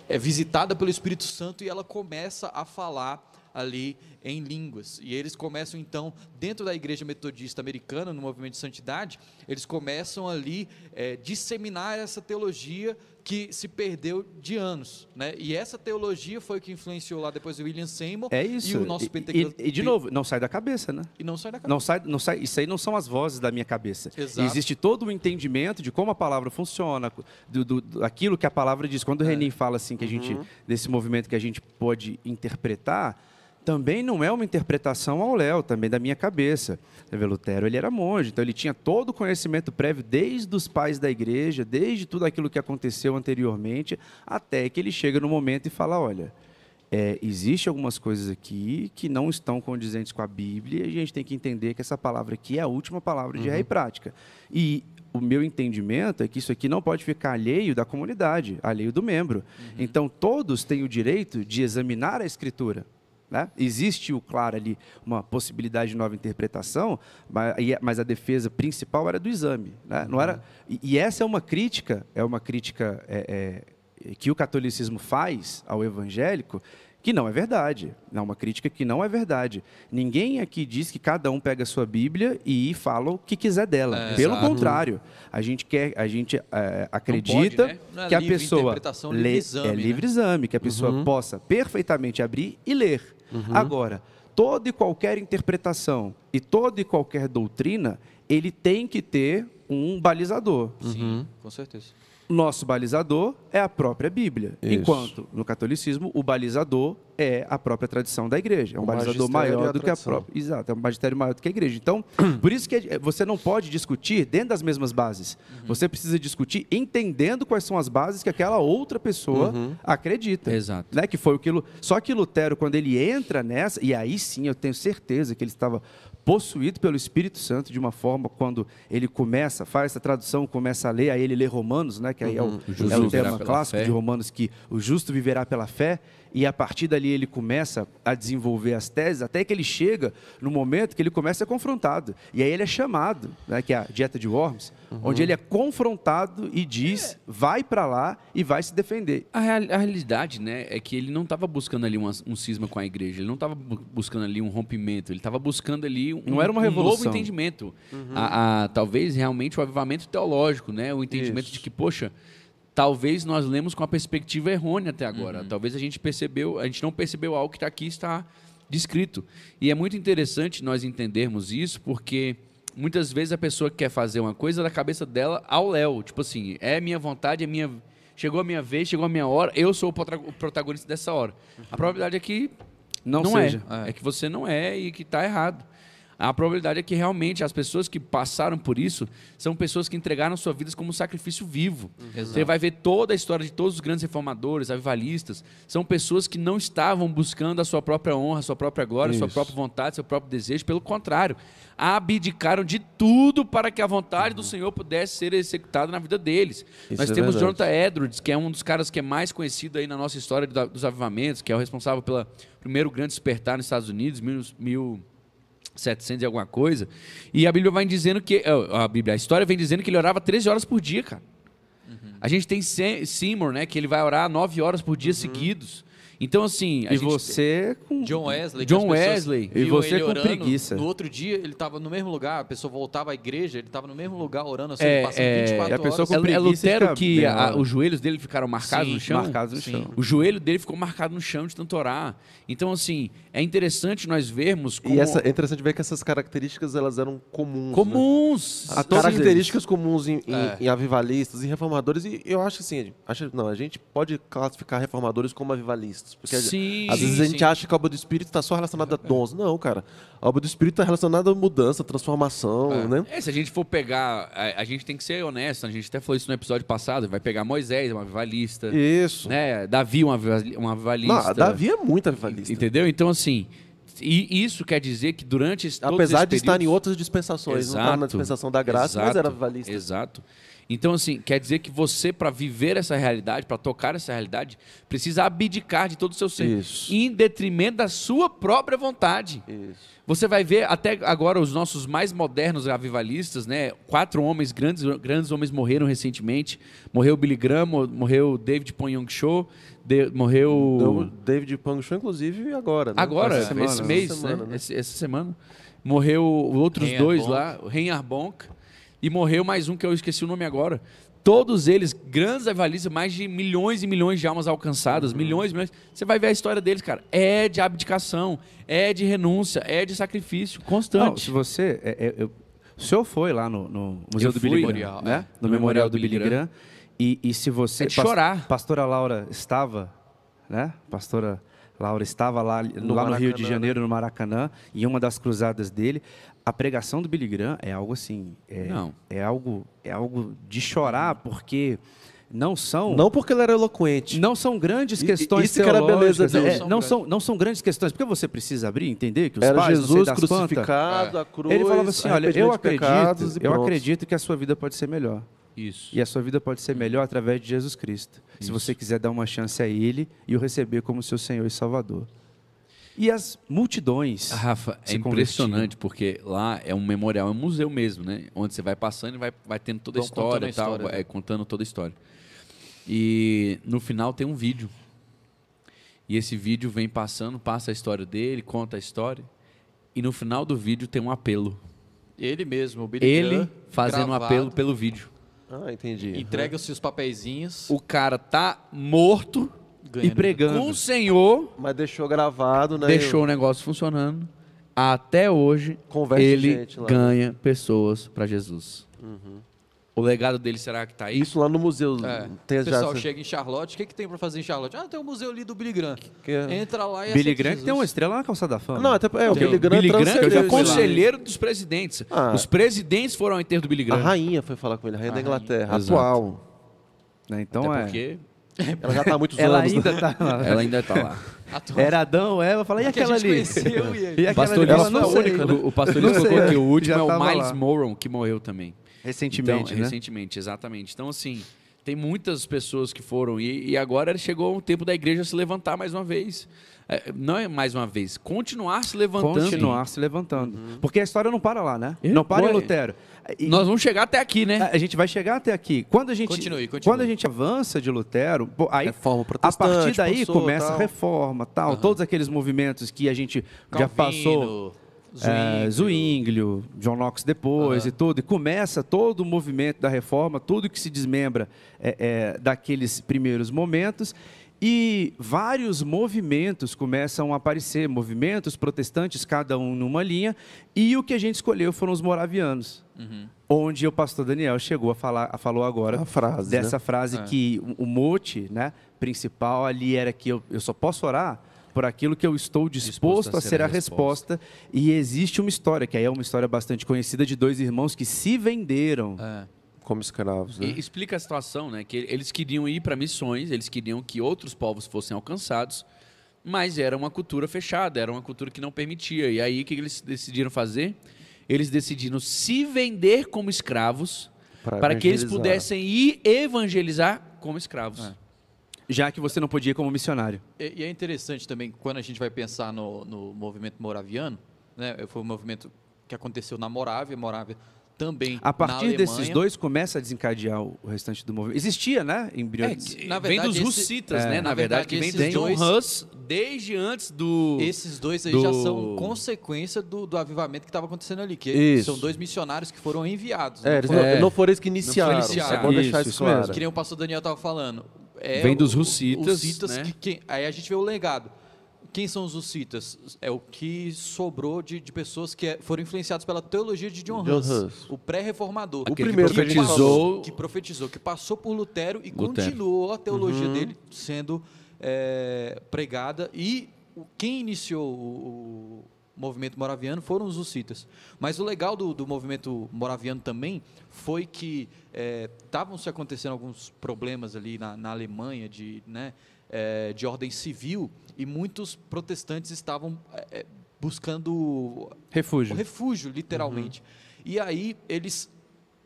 é visitada pelo Espírito Santo e ela começa a falar ali em línguas. E eles começam então, dentro da igreja metodista americana, no movimento de santidade, eles começam ali é, disseminar essa teologia que se perdeu de anos, né? E essa teologia foi o que influenciou lá depois o William Seymour É isso. e o nosso E, pentecostal. e, e, de novo, não sai da cabeça, né? E não sai da cabeça. Não sai, não sai, isso aí não são as vozes da minha cabeça. Exato. Existe todo o entendimento de como a palavra funciona, do, do, do- aquilo que a palavra diz. Quando o Renin fala assim, que a gente, desse movimento que a gente pode interpretar, também não é uma interpretação ao léu, também da minha cabeça. Você vê, Lutero, ele era monge, então ele tinha todo o conhecimento prévio desde os pais da igreja, desde tudo aquilo que aconteceu anteriormente, até que ele chega no momento e fala, olha, é, existe algumas coisas aqui que não estão condizentes com a Bíblia e a gente tem que entender que essa palavra aqui é a última palavra de ré e prática. E o meu entendimento é que isso aqui não pode ficar alheio da comunidade, alheio do membro. Então, todos têm o direito de examinar a Escritura. Né? Existe, o claro, ali uma possibilidade de nova interpretação, mas, mas a defesa principal era do exame. Né? Não era, e, e essa é uma crítica, é uma crítica é, é, que o catolicismo faz ao evangélico, que não é verdade. É uma crítica que não é verdade. Ninguém aqui diz que cada um pega a sua Bíblia e fala o que quiser dela. É, Pelo exato. contrário, a gente quer, a gente é, acredita né? Não é que a livre pessoa interpretação, livre lê, exame, é né? livre exame, que a pessoa possa perfeitamente abrir e ler. Agora, toda e qualquer interpretação e toda e qualquer doutrina, ele tem que ter um balizador. Sim, com certeza. Nosso balizador é a própria Bíblia, Isso. enquanto no catolicismo o balizador é a própria tradição da igreja. É um O balizador magistério e maior a do que a tradição. própria. Exato, é um magistério maior do que a igreja. Então, por isso que é- você não pode discutir dentro das mesmas bases. Você precisa discutir entendendo quais são as bases que aquela outra pessoa acredita. Exato. Né? Que foi o que Lu- Só que Lutero, quando ele entra nessa, e aí sim eu tenho certeza que ele estava possuído pelo Espírito Santo de uma forma, quando ele começa, faz essa tradução, começa a ler, aí ele lê Romanos, né, que aí é o, justo é o viverá tema pela clássico fé. de Romanos, que o justo viverá pela fé, e a partir dali ele começa a desenvolver as teses, até que ele chega no momento que ele começa a ser confrontado. E aí ele é chamado, né, que é a dieta de Worms, onde ele é confrontado e diz, vai para lá e vai se defender. A, real- a realidade, né, é que ele não estava buscando ali uma- um cisma com a igreja, ele não estava buscando ali um rompimento, ele estava buscando ali um, Não era uma um novo revolução. entendimento. A, a- talvez realmente o avivamento teológico, né, o entendimento Isso. de que, poxa, talvez nós lemos com a perspectiva errônea até agora. Talvez a gente percebeu, a gente não percebeu algo que está aqui está descrito. E é muito interessante nós entendermos isso, porque muitas vezes a pessoa quer fazer uma coisa da cabeça dela ao léu, tipo assim, é minha vontade, é minha, chegou a minha vez, chegou a minha hora, eu sou o potra- o protagonista dessa hora. A probabilidade é que Não, não seja. é. É que você não é e que está errado. A probabilidade é que realmente as pessoas que passaram por isso são pessoas que entregaram suas vidas como um sacrifício vivo. Você vai ver toda a história de todos os grandes reformadores, avivalistas, são pessoas que não estavam buscando a sua própria honra, a sua própria glória, a sua Isso. própria vontade, seu próprio desejo, pelo contrário, abdicaram de tudo para que a vontade do Senhor pudesse ser executada na vida deles. Isso Nós é temos verdade. Jonathan Edwards, que é um dos caras que é mais conhecido aí na nossa história da- dos avivamentos, que é o responsável pelo primeiro grande despertar nos Estados Unidos, mil, mil setecentos e alguma coisa. E a Bíblia vai dizendo que a Bíblia, a história vem dizendo que ele orava treze horas por dia, cara. A gente tem Se- Seymour, né, que ele vai orar nove horas por dia seguidos. Então assim, a E gente você com... John Wesley. que John as pessoas Wesley. E viam você ele com orando, preguiça. No outro dia, ele estava no mesmo lugar, a pessoa voltava à igreja, ele estava no mesmo lugar orando, assim, É, passando é, vinte e quatro e a pessoa horas. com é, é preguiça Lutero fica que bem a- na hora. os joelhos dele ficaram marcados Sim, no chão. marcados no Sim. chão. O joelho dele ficou marcado no chão de tanto orar. Então, assim, é interessante nós vermos como E essa, é interessante ver que essas características elas eram comuns. né? comuns. As a todos eles. características comuns em, em, É. em avivalistas e reformadores, e eu acho assim, acho, não, a gente pode classificar reformadores como avivalistas, porque Sim, às vezes sim, a gente sim. acha que a obra do Espírito está só relacionada a dons. Não, cara, a obra do Espírito está relacionada a mudança, transformação, É. né? É, se a gente for pegar, a, a gente tem que ser honesto, a gente até falou isso no episódio passado, vai pegar Moisés, um avivalista, Isso. né? Davi, um aviva- um avivalista. Não, Davi é muito avivalista. Entendeu? Então, assim, e isso quer dizer que durante esse, todos Apesar esses de estar em períodos- outras dispensações, não estava na dispensação da graça, mas exato, era avivalista. Exato. Então, assim, quer dizer que você, para viver essa realidade, para tocar essa realidade, precisa abdicar de todo o seu ser, Isso. em detrimento da sua própria vontade. Isso. Você vai ver até agora os nossos mais modernos avivalistas, né? Quatro homens, grandes, grandes homens morreram recentemente. Morreu Billy Graham, morreu David Pong Cho, de, morreu... Então, David Pong Cho, inclusive, agora. Né? Agora, Essa semana, esse mês, essa semana, né? né? Esse, essa semana. Morreu outros Reinhard dois Bonk. lá, o Reinhard Bonk, e morreu mais um que eu esqueci o nome agora. Todos eles, grandes avivalistas, mais de milhões e milhões de almas alcançadas, Uhum. milhões e milhões. Você vai ver a história deles, cara. É de abdicação, é de renúncia, é de sacrifício Não, constante. se você... é- é- eu- o senhor foi lá no, no Museu Eu do fui. Billy Memorial, Graham, né? é. No, No Memorial Memorial do do Billy Billy Graham. E, e se você... É de chorar. Pastora Laura estava, né? Pastora Laura estava lá no, No lá no Rio Maracanã, de né? Janeiro, no Maracanã, em uma das cruzadas dele. A pregação do Billy Graham é algo assim... É, Não. É algo, é algo de chorar, porque não são... Não porque ele era eloquente. Não são grandes E- questões isso que era a beleza teológicas, dele. é, Não são não, grandes. são, não são grandes questões, porque você precisa abrir, entender que os Era pais, não sei Jesus das quantas, crucificado, É. a cruz, ele falava assim, olha, eu arrependimento de pecados acredito, e eu pronto. acredito que a sua vida pode ser melhor. Isso. E a sua vida pode ser melhor através de Jesus Cristo. Se Isso. você quiser dar uma chance a Ele e o receber como seu Senhor e Salvador. E as multidões. Rafa, é se impressionante, porque lá é um memorial, é um museu mesmo, né? Onde você vai passando e vai, vai tendo toda a Vão história contando a e tal, história, né? é, contando toda a história. E no final tem um vídeo. E esse vídeo vem passando, passa a história dele, conta a história. E no final do vídeo tem um apelo. Ele mesmo, o Billy Ele Graham, fazendo um gravado, apelo pelo vídeo. Ah, entendi. entrega-se os papeizinhos, O cara tá morto ganhando. E pregando. com o Senhor, Mas deixou gravado, né? deixou o negócio funcionando. Até hoje, Converte ele gente lá. ganha pessoas para Jesus. O legado dele será que tá aí? Isso lá no museu. É. Tem O pessoal já, chega em Charlotte, o que, que tem pra fazer em Charlotte? Ah, tem um museu ali do Billy Graham. que é- Entra lá e Billy aceita Graham que Jesus. tem uma estrela na calçada da fama. Não, até é, o Tem. Billy Graham Billy Graham, que transcendeu é isso aí. conselheiro dos presidentes. Ah. Os presidentes foram ao enterro do Billy A Graham. rainha foi falar com ele, a rainha A da rainha. Inglaterra, Exato. atual. Né, Então Até é. porque Ela já tá há muitos Ela anos. né? ainda tá lá. ela ainda tá lá. Atual. Era Adão, Eva, fala, e Que a aquela gente ali? conheceu, e aí? E O aquela pastor ali? Liz Ela, não foi a sei. única. O pastor Não Liz sei, colocou que o último já é o tava Miles lá. Moron, que morreu também. Recentemente, então, né? Recentemente, exatamente. Então, assim, tem muitas pessoas que foram. E, e agora chegou o tempo da igreja se levantar mais uma vez. É, não é mais uma vez, continuar se levantando. Continuar se levantando. Porque a história não para lá, né? É, Não para em ué. Lutero. E- Nós vamos chegar até aqui, né? A gente vai chegar até aqui. Quando a gente, Continue, continue. Quando a gente avança de Lutero, pô, aí Reforma a protestante, partir daí passou, começa tal. a reforma, tal, Aham. todos aqueles movimentos que a gente já passou, Calvino, é, Zwinglio, John Knox depois Aham. e tudo, e começa todo o movimento da reforma, tudo que se desmembra é, é, daqueles primeiros momentos. E vários movimentos começam a aparecer, movimentos protestantes, cada um numa linha, e o que a gente escolheu foram os moravianos, Uhum. onde o pastor Daniel chegou a falar, a falou agora A frase, dessa né? frase É. que o, o mote, né, principal ali era que eu, eu só posso orar por aquilo que eu estou disposto, a ser a resposta. E existe uma história, que aí é uma história bastante conhecida, de dois irmãos que se venderam. É. Como escravos, né? E explica a situação, né? Que eles queriam ir para missões, eles queriam que outros povos fossem alcançados, mas era uma cultura fechada, era uma cultura que não permitia. E aí o que eles decidiram fazer? Eles decidiram se vender como escravos Pra para que eles evangelizar. pudessem ir evangelizar como escravos. É. Já que você não podia ir como missionário. E, e é interessante também, quando a gente vai pensar no, no movimento moraviano, né, foi um movimento que aconteceu na Morávia, Morávia também A na partir Alemanha. desses dois, começa a desencadear o o restante do movimento. Existia, né? É, Embriões. que Na vem verdade, dos esse- russitas, é, né? na Na verdade, verdade, que vem esses do John dois- Huss desde antes do... Esses dois aí do- já são consequência do, do avivamento que estava acontecendo ali, que Isso. são dois missionários que foram enviados. É, né? eles É. Não, não foram eles que iniciaram. iniciaram. É bom deixar Isso, isso, isso claro. mesmo. Que nem o pastor Daniel estava falando. É Vem dos o- hussitas, os hussitas né? que- que- aí a gente vê o legado. Quem são os hussitas? É o que sobrou de, de pessoas que é- foram influenciadas pela teologia de John, John Huss, Huss. o pré-reformador. O Aquele primeiro que que a gente profetizou... falou. Que profetizou, que passou por Lutero e Lutero. continuou a teologia Uhum. dele sendo é, pregada. E o- quem iniciou o, o movimento moraviano foram os hussitas. Mas o legal do, do movimento moraviano também foi que estavam se acontecendo alguns problemas ali na, na Alemanha de, né, é, de ordem civil e muitos protestantes estavam é, é, buscando Refúgio. o refúgio, literalmente. E aí eles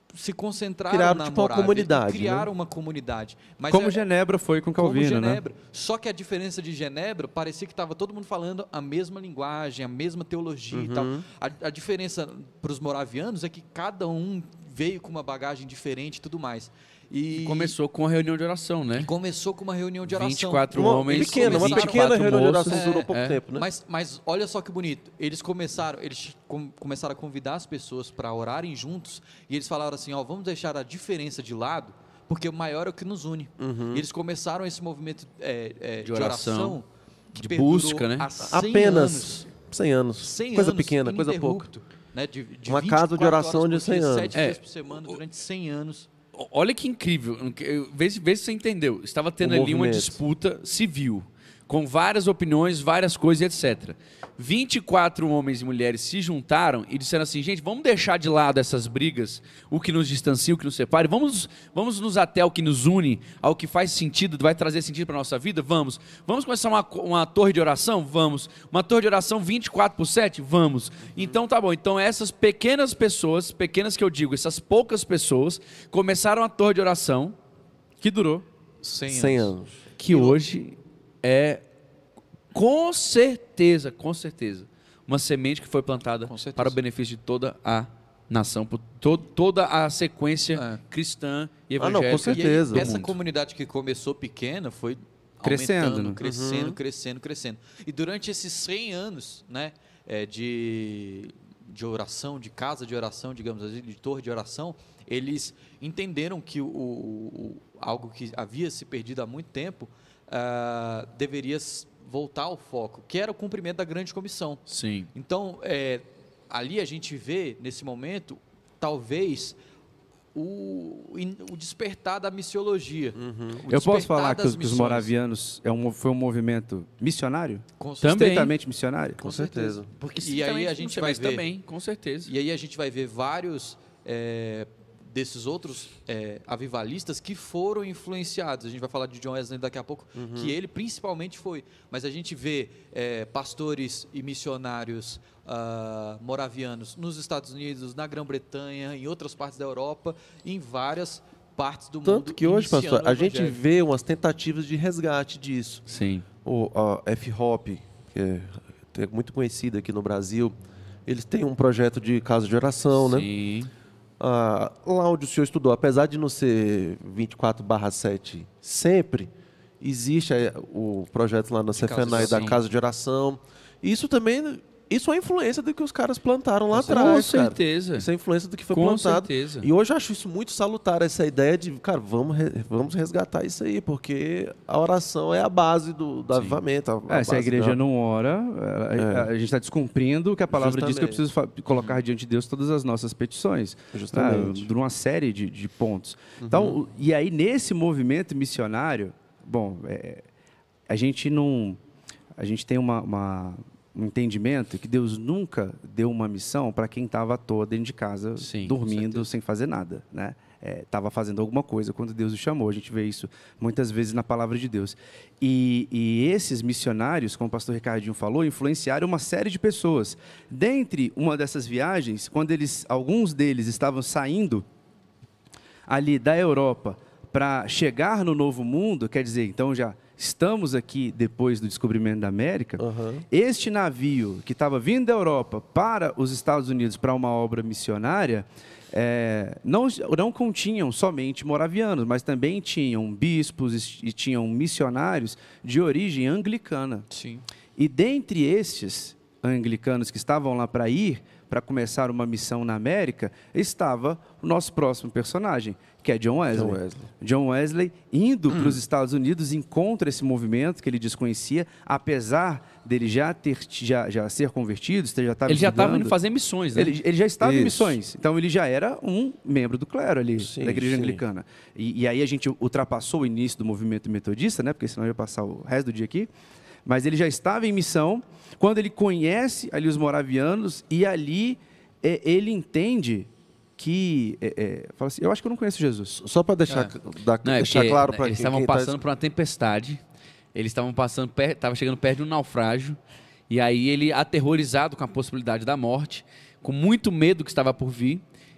se concentraram Criaram, na tipo, uma Morávia, comunidade, criaram né? uma comunidade. Mas Como é- Genebra foi com como Calvino, né? Genebra. Só que a diferença de Genebra parecia que estava todo mundo falando a mesma linguagem, a mesma teologia e tal. Uhum. A, a diferença para os moravianos é que cada um veio com uma bagagem diferente e tudo mais. E Começou com a reunião de oração, né? começou com uma reunião de oração. vinte e quatro Uma homens, pequena, uma começaram- pequena vinte e quatro reunião de moços. oração durou É, pouco é. tempo, né? Mas, mas olha só que bonito. Eles começaram, eles com- começaram a convidar as pessoas para orarem juntos e eles falaram assim, ó, vamos deixar a diferença de lado, porque o maior é o que nos une. Uhum. E eles começaram esse movimento é, é, de, oração, oração, que de perdurou busca, né? há cem Apenas anos, cem anos. cem Coisa anos pequena, coisa pouca. ininterrupto, né? De, de Uma vinte e casa de quatro oração horas de por cem dia, anos. sete É. vezes por semana, durante cem anos. Olha que incrível. Vê se, vê se você entendeu. Estava tendo O ali uma movimento. disputa civil, com várias opiniões, várias coisas, etcétera. vinte e quatro homens e mulheres se juntaram e disseram assim, gente, vamos deixar de lado essas brigas, o que nos distancia, o que nos separa, e vamos, vamos nos até ao que nos une, ao que faz sentido, vai trazer sentido para a nossa vida? Vamos. Vamos começar uma, uma torre de oração? Vamos. Uma torre de oração vinte e quatro por sete? Vamos. Então tá bom. Então essas pequenas pessoas, pequenas que eu digo, essas poucas pessoas, começaram a torre de oração, que durou, cem, cem anos. anos. que hoje é, com certeza, com certeza, uma semente que foi plantada Com certeza. para o benefício de toda a nação, por to toda a sequência É. cristã e Ah, não, com evangélica. certeza. E aí, do essa mundo. comunidade que começou pequena foi Crescendo, aumentando, né? crescendo, Uhum. crescendo, crescendo. E durante esses cem anos, né, é, de, de oração, de casa de oração, digamos assim, de torre de oração, eles entenderam que o, o- o- algo que havia se perdido há muito tempo ah, deveria s- voltar ao foco, que era o cumprimento da grande comissão. Sim. Então, é, ali a gente vê, nesse momento, talvez o, o despertar da missiologia. O Eu posso despertar falar que das os, que os missões. moravianos é um, foi um movimento missionário? Com certeza. Também. Estritamente missionário? Com certeza. Porque E aí a gente vai ver, também, com certeza. e aí a gente vai ver vários é, desses outros é, avivalistas que foram influenciados. A gente vai falar de John Wesley daqui a pouco, que ele principalmente foi. Mas a gente vê é, pastores e missionários ah, moravianos nos Estados Unidos, na Grã-Bretanha, em outras partes da Europa, em várias partes do mundo. Tanto que hoje, iniciando pastor, o a gente evangelho. vê umas tentativas de resgate disso. Sim. O a F-Hop, que é, é muito conhecido aqui no Brasil, eles têm um projeto de casa de oração, né? Sim. Ah, lá onde o senhor estudou, apesar de não ser vinte e quatro barra sete sempre, existe eh, o projeto lá na casa de Cefenai da oração. casa de oração. Isso também, isso é influência do que os caras plantaram lá Com atrás, cara. certeza. Isso é influência do que foi Com plantado. certeza. E hoje eu acho isso muito salutar, essa ideia de, cara, vamos, re- vamos resgatar isso aí, porque a oração é a base do, do avivamento. A, É, se a base igreja da- não ora, a, a- a gente está descumprindo o que a palavra diz que eu Justamente. preciso fa- colocar diante de Deus todas as nossas petições. Justamente. Ah, por uma série de, de pontos. Então, o- e aí nesse movimento missionário, bom, é, a gente não, a gente tem uma, uma- um entendimento que Deus nunca deu uma missão para quem estava à toa dentro de casa, Sim, com dormindo, certeza. sem fazer nada, né? Estava fazendo alguma coisa quando Deus o chamou. A gente vê isso muitas vezes na palavra de Deus. E, e esses missionários, como o pastor Ricardinho falou, influenciaram uma série de pessoas. Dentre uma dessas viagens, quando eles, alguns deles estavam saindo ali da Europa para chegar no Novo Mundo, quer dizer, então já estamos aqui depois do descobrimento da América, Aham. este navio que estava vindo da Europa para os Estados Unidos para uma obra missionária, é, não, não continham somente moravianos, mas também tinham bispos e tinham missionários de origem anglicana. Sim. E dentre estes anglicanos que estavam lá para ir, para começar uma missão na América, estava o nosso próximo personagem, que é John Wesley. John Wesley. John Wesley, indo para os Estados Unidos, encontra esse movimento que ele desconhecia, apesar dele já, ter, já, já ser convertido, já estava Ele já estava estudando. indo fazer missões, né? Ele, ele já estava em Isso. missões, então ele já era um membro do clero ali, Sim, da igreja sim. anglicana. E, e aí a gente ultrapassou o início do movimento metodista, né? Porque senão eu ia passar o resto do dia aqui. Mas ele já estava em missão quando ele conhece ali os moravianos e ali é, ele entende que... É, é, fala assim, eu acho que eu não conheço Jesus. Só para deixar, É. dar- Não, é deixar porque claro para eles quem estavam quem tá passando por uma tempestade, eles estavam passando, estavam chegando perto de um naufrágio, e aí ele, aterrorizado com a possibilidade da morte, com muito medo que estava por vir,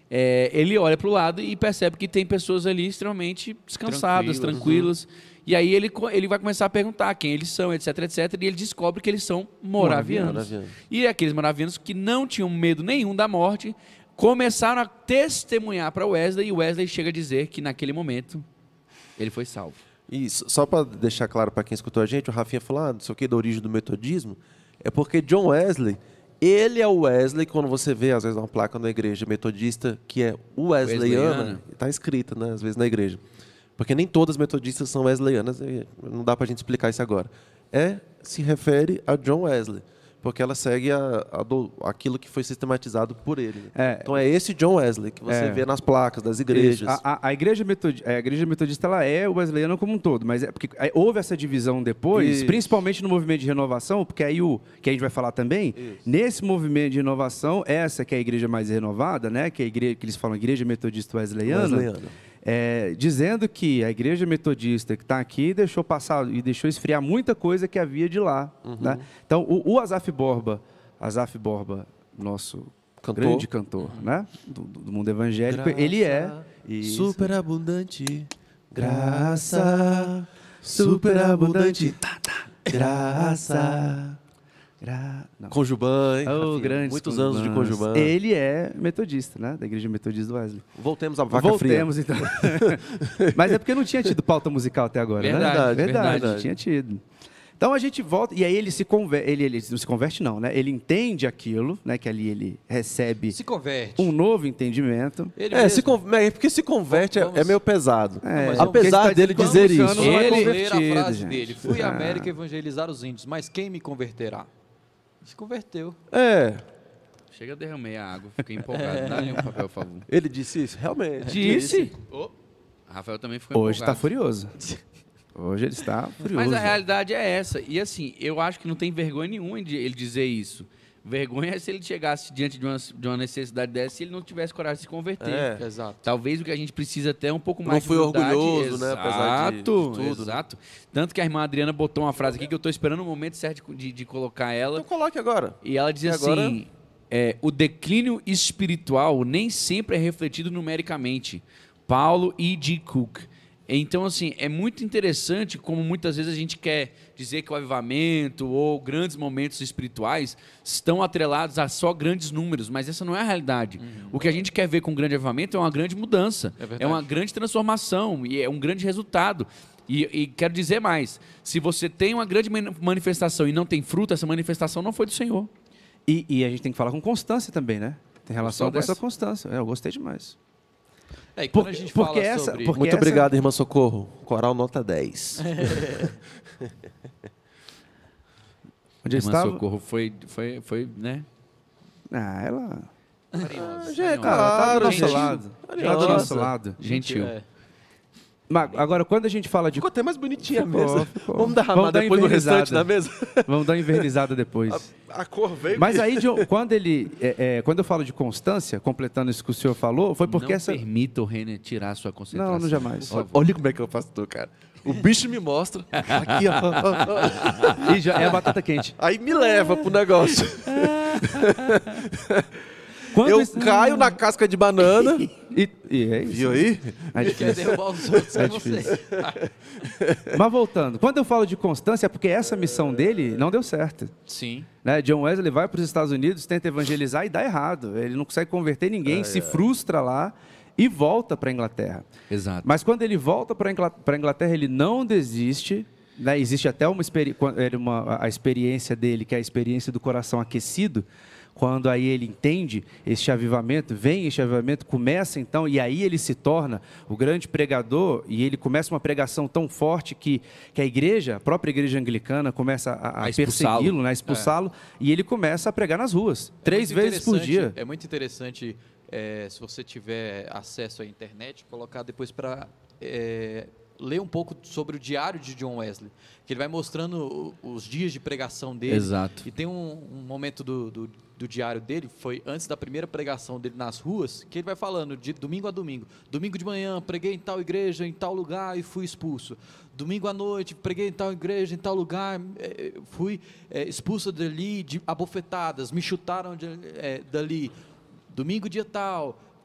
é, ele olha para o lado e percebe que tem pessoas ali extremamente descansadas, Tranquilas. tranquilas. E aí ele, co- ele vai começar a perguntar quem eles são, etc, etcétera. E ele descobre que eles são moravianos. Moravianos. E aqueles moravianos que não tinham medo nenhum da morte começaram a testemunhar para Wesley. E Wesley chega a dizer que naquele momento ele foi salvo. Isso, só para deixar claro para quem escutou a gente, o Rafinha falou, ah, não sei o que, da origem do metodismo, é porque John Wesley, ele é o Wesley, quando você vê, às vezes, uma placa na igreja metodista, que é Wesleyana, Wesleyana. está escrita, né, às vezes, na igreja. Porque nem todas as metodistas são wesleyanas, e não dá para a gente explicar isso agora. É, se refere a John Wesley, porque ela segue a, a do, aquilo que foi sistematizado por ele. É. Então é esse John Wesley que você É. vê nas placas das igrejas. Isso. A, a, a igreja metodista, a igreja metodista ela é wesleyana como um todo, mas é porque é, houve essa divisão depois, Isso. principalmente no movimento de renovação, porque aí o que a gente vai falar também, Isso. nesse movimento de renovação, essa que é a igreja mais renovada, né, que é a igreja que eles falam igreja metodista wesleyana, Wesleyana. é, dizendo que a igreja metodista que está aqui deixou passar e deixou esfriar muita coisa que havia de lá. Uhum. Né? Então, o, o Asaf Borba, Asaf Borba, nosso Cantor. grande cantor, né? do, do mundo evangélico, ele é isso. superabundante, graça, superabundante, graça, gra... Não. Conjuban, hein, Oh, Rafinha? grandes muitos anos de conjubanos. Conjuban. Ele é metodista, né? Da igreja metodista do Wesley. Voltemos à vaca Voltemos, então. Mas é porque não tinha tido pauta musical até agora, Verdade, né? verdade. Não tinha tido. Então a gente volta, e aí ele se converte, ele, ele não se converte não, né? Ele entende aquilo, né? Que ali ele recebe Se converte. um novo entendimento. Ele É, mesmo. se con- é, porque se converte é- Vamos- é meio pesado. É, mas porque Apesar está dele dizendo, dizer "Vamos, isso, Luciano, não é Ele ler a convertido, frase gente." dele. Fui à Ah. América evangelizar os índios, mas quem me converterá? Se converteu. É, Chega, eu derramei a água, fiquei empolgado. Dá-lhe um papel, por favor. ele disse isso, realmente. Disse. Rafael também ficou Hoje está empolgado. furioso. Hoje ele está furioso. Mas a realidade é essa. E assim, eu acho que não tem vergonha nenhuma de ele dizer isso. Vergonha é se ele chegasse diante de uma, de uma necessidade dessa e ele não tivesse coragem de se converter. É. Exato. Talvez o que a gente precisa ter é um pouco Não mais fui de humildade. orgulhoso, né, apesar de- de Exato, tudo, né? exato. Tanto que a irmã Adriana botou uma frase aqui que eu estou esperando o momento certo de, de colocar ela. Então coloque agora. E ela diz E assim: agora? é, o declínio espiritual nem sempre é refletido numericamente. Paulo E D Cook. Então, assim, é muito interessante como muitas vezes a gente quer dizer que o avivamento ou grandes momentos espirituais estão atrelados a só grandes números, mas essa não é a realidade. Uhum. O que a gente quer ver com o grande avivamento é uma grande mudança, É verdade. é uma grande transformação e é um grande resultado. E, e quero dizer mais, se você tem uma grande mani- manifestação e não tem fruto, essa manifestação não foi do Senhor. E, e a gente tem que falar com constância também, né? Tem relação Gostou com essa dessa? constância. É, eu gostei demais. É, e quando Porque- a gente porque fala essa- sobre... porque- Muito essa- obrigado, irmã Socorro. Coral nota dez. Onde eu Irmã estava? Socorro foi, foi, foi, né? Ah, ela... Carinhosa, já é carinhosa. Cara, ela tá do nosso Gentil. lado. Ela tá do Carinhosa. nosso lado. Gentil. É. Mas, agora, quando a gente fala de... Ficou até mais bonitinha a Ficou, mesa. ficou. Vamos derramar Vamos dar depois no invernizada. restante da mesa? Vamos dar uma invernizada depois. A cor veio. Mas aí, John, quando ele... é, é, quando eu falo de constância, completando isso que o senhor falou, foi porque não essa... permita o Renner tirar a sua concentração. Não, não jamais. Por favor. Olha como é que eu faço, cara. O bicho me mostra. Aqui, ó. E já é a batata quente. Aí me leva pro negócio. Quando Eu isso- caio na casca de banana. E, e é isso. Viu aí? É Ele quer difícil. derrubar os outros, É é você. difícil. Mas voltando, quando eu falo de constância, é porque essa missão dele não deu certo. Sim. Né? John Wesley vai para os Estados Unidos, tenta evangelizar e dá errado. Ele não consegue converter ninguém, se frustra lá e volta para a Inglaterra. Exato. Mas quando ele volta para a Inglaterra, ele não desiste. Né? Existe até uma, experi uma a experiência dele, que é a experiência do coração aquecido. Quando aí ele entende este avivamento, vem este avivamento, começa então, e aí ele se torna o grande pregador, e ele começa uma pregação tão forte que, que a igreja, a própria igreja anglicana, começa a, a, A expulsá-lo. persegui-lo, né? a expulsá-lo, e ele começa a pregar nas ruas, É três muito vezes por interessante- dia. É muito interessante, é, se você tiver acesso à internet, colocar depois para ler um pouco sobre o diário de John Wesley, que ele vai mostrando o- os dias de pregação dele. Exato. E tem um, um momento do, do, do diário dele, foi antes da primeira pregação dele nas ruas, que ele vai falando de domingo a domingo. Domingo de manhã, preguei em tal igreja, em tal lugar e fui expulso. Domingo à noite, preguei em tal igreja, em tal lugar, eh, fui eh, expulso dali de abofetadas, me chutaram de, eh, dali. Domingo dia tal,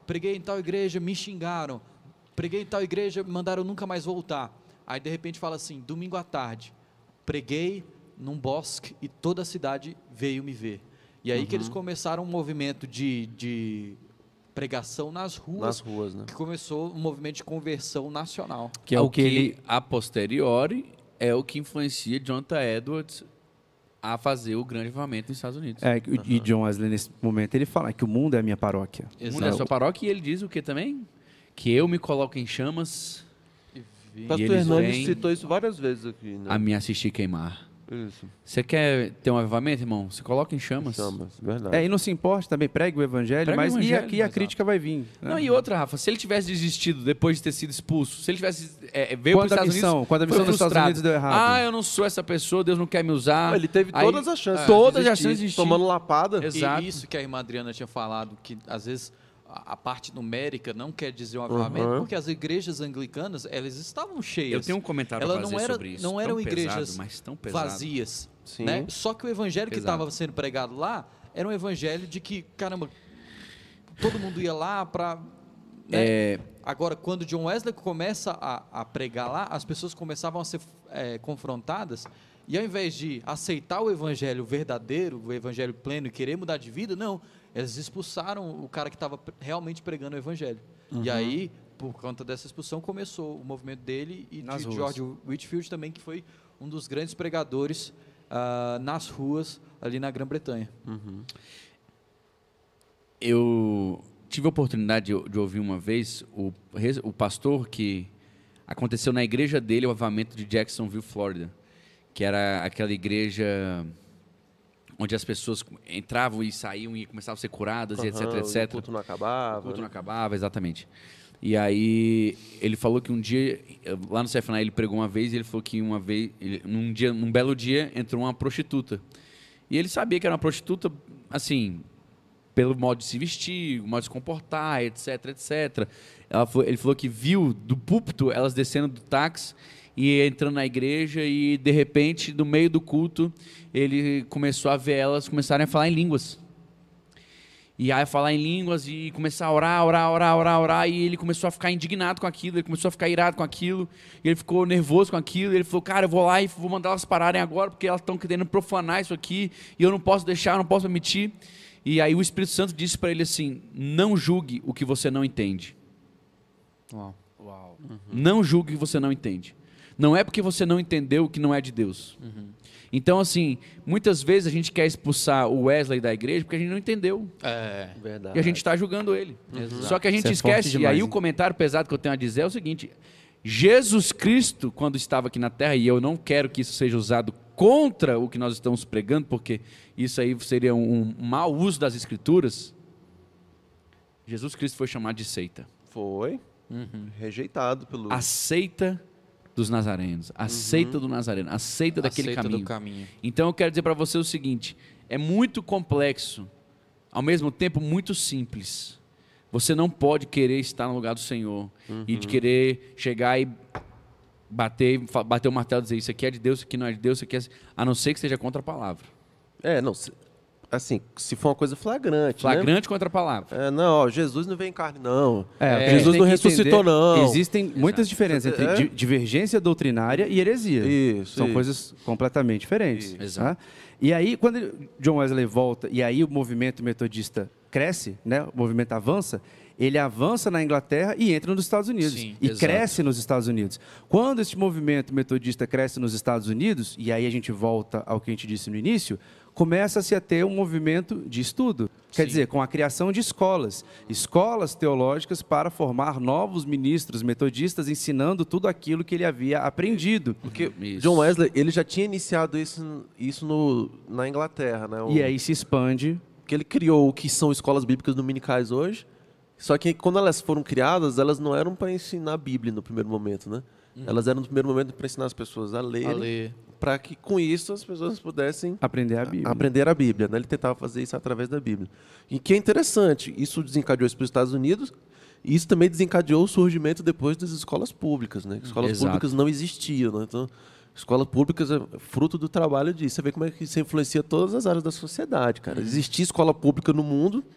preguei em tal igreja, me xingaram. Preguei em tal igreja, me mandaram nunca mais voltar. Aí, de repente, fala assim, domingo à tarde, preguei num bosque e toda a cidade veio me ver. E aí uhum. que eles começaram um movimento de, de pregação nas ruas, nas ruas, né? Que começou um movimento de conversão nacional. Que é o que, ele, a posteriori, é o que influencia Jonathan Edwards a fazer o grande avivamento nos Estados Unidos. É, uhum. E John Wesley, nesse momento, ele fala que o mundo é a minha paróquia. O mundo é a sua paróquia, e ele diz o que também? Que eu me coloco em chamas e Pastor Hernandes citou isso várias vezes aqui, né? A me assistir queimar. Isso. Você quer ter um avivamento, irmão? Se coloca em chamas. Chamas, verdade. É, e não se importe também, pregue o evangelho, pregue mas o evangelho, e aqui a crítica vai vir. Né? Não, e outra, Rafa, se ele tivesse desistido depois de ter sido expulso, se ele tivesse é, veio para os Estados missão, Unidos, quando a missão dos Estados Unidos deu errado. Ah, eu não sou essa pessoa, Deus não quer me usar. Ele teve Aí, todas as chances. É, todas as chances de existir, tomando lapada. Exato. E isso que a irmã Adriana tinha falado, que às vezes a parte numérica não quer dizer um avivamento, uhum. porque as igrejas anglicanas, elas estavam cheias. Eu tenho um comentário Ela para fazer não era, sobre isso. Não eram tão igrejas pesado, mas tão pesado. vazias. Sim. Né? Só que o evangelho que Exato. estava sendo pregado lá era um evangelho de que, caramba, todo mundo ia lá para... Né? É... Agora, quando John Wesley começa a, a pregar lá, as pessoas começavam a ser é, confrontadas, e ao invés de aceitar o evangelho verdadeiro, o evangelho pleno e querer mudar de vida, não, eles expulsaram o cara que estava realmente pregando o evangelho. Uhum. E aí, por conta dessa expulsão, começou o movimento dele e nas de ruas. George Whitefield também, que foi um dos grandes pregadores uh, nas ruas ali na Grã-Bretanha. Uhum. Eu tive a oportunidade de, de ouvir uma vez o, o pastor que aconteceu na igreja dele, o avivamento de Jacksonville, Flórida, que era aquela igreja onde as pessoas entravam e saíam e começavam a ser curadas, uhum, e etc, etcétera. O culto não acabava. O culto não acabava, exatamente. E aí ele falou que um dia, lá no C F N A ele pregou uma vez, e ele falou que uma vez, ele, num, dia, num belo dia, entrou uma prostituta. E ele sabia que era uma prostituta, assim, pelo modo de se vestir, o modo de se comportar, etc, etcétera. Ela foi, ele falou que viu do púlpito elas descendo do táxi e entrando na igreja, e de repente, no meio do culto, ele começou a ver elas começarem a falar em línguas. E aí falar em línguas e começar a orar, orar, orar, orar, orar, e ele começou a ficar indignado com aquilo, ele começou a ficar irado com aquilo, e ele ficou nervoso com aquilo, e ele falou, cara, eu vou lá e vou mandar elas pararem agora, porque elas estão querendo profanar isso aqui, e eu não posso deixar, eu não posso permitir. E aí o Espírito Santo disse para ele assim, não julgue o que você não entende. Uau. Uau. Uhum. Não julgue o que você não entende. Não é porque você não entendeu o que não é de Deus. Uhum. Então, assim, muitas vezes a gente quer expulsar o Wesley da igreja porque a gente não entendeu. É, verdade. E a gente está julgando ele. Uhum. Só que a gente Isso é esquece, forte e aí demais, o hein? comentário pesado que eu tenho a dizer é o seguinte, Jesus Cristo, quando estava aqui na Terra, e eu não quero que isso seja usado contra o que nós estamos pregando, porque isso aí seria um, um mau uso das Escrituras, Jesus Cristo foi chamado de seita. Foi. Uhum. Rejeitado pelo... A seita dos nazarenos, a seita do nazareno, a seita daquele Aceita caminho. do caminho. Então eu quero dizer para você o seguinte, é muito complexo, ao mesmo tempo muito simples. Você não pode querer estar no lugar do Senhor uhum. e de querer chegar e bater, bater o martelo e dizer isso aqui é de Deus, isso aqui não é de Deus, isso aqui é... a não ser que seja contra a palavra. É, não, se, assim, se for uma coisa flagrante, Flagrante né? contra a palavra. É, não, ó, Jesus não veio em carne, não. É, Jesus não ressuscitou, entender, não. Existem Exato. muitas diferenças entre É. di- divergência doutrinária e heresia. Isso, São isso. coisas completamente diferentes. Isso. Tá? Exato. E aí, quando ele- John Wesley volta, e aí o movimento metodista cresce, né? O movimento avança, ele avança na Inglaterra e entra nos Estados Unidos. Sim, e exato. cresce nos Estados Unidos. Quando esse movimento metodista cresce nos Estados Unidos, e aí a gente volta ao que a gente disse no início, começa-se a ter um movimento de estudo. Quer Sim. dizer, com a criação de escolas. Escolas teológicas para formar novos ministros metodistas, ensinando tudo aquilo que ele havia aprendido. Porque Isso. John Wesley, ele já tinha iniciado isso, isso no, na Inglaterra, né? O, E aí se expande. que ele criou o que são escolas bíblicas dominicais hoje. Só que quando elas foram criadas, elas não eram para ensinar a Bíblia no primeiro momento, né? Uhum. Elas eram no primeiro momento para ensinar as pessoas a ler, A ler. para que com isso as pessoas pudessem Aprender a Bíblia. aprender a Bíblia, né? Ele tentava fazer isso através da Bíblia. E que é interessante, isso desencadeou isso para os Estados Unidos, e isso também desencadeou o surgimento depois das escolas públicas, né? Escolas Exato. públicas não existiam, né? Então, escolas públicas é fruto do trabalho disso. Você vê como é que isso influencia todas as áreas da sociedade, cara. Existia escola pública no mundo,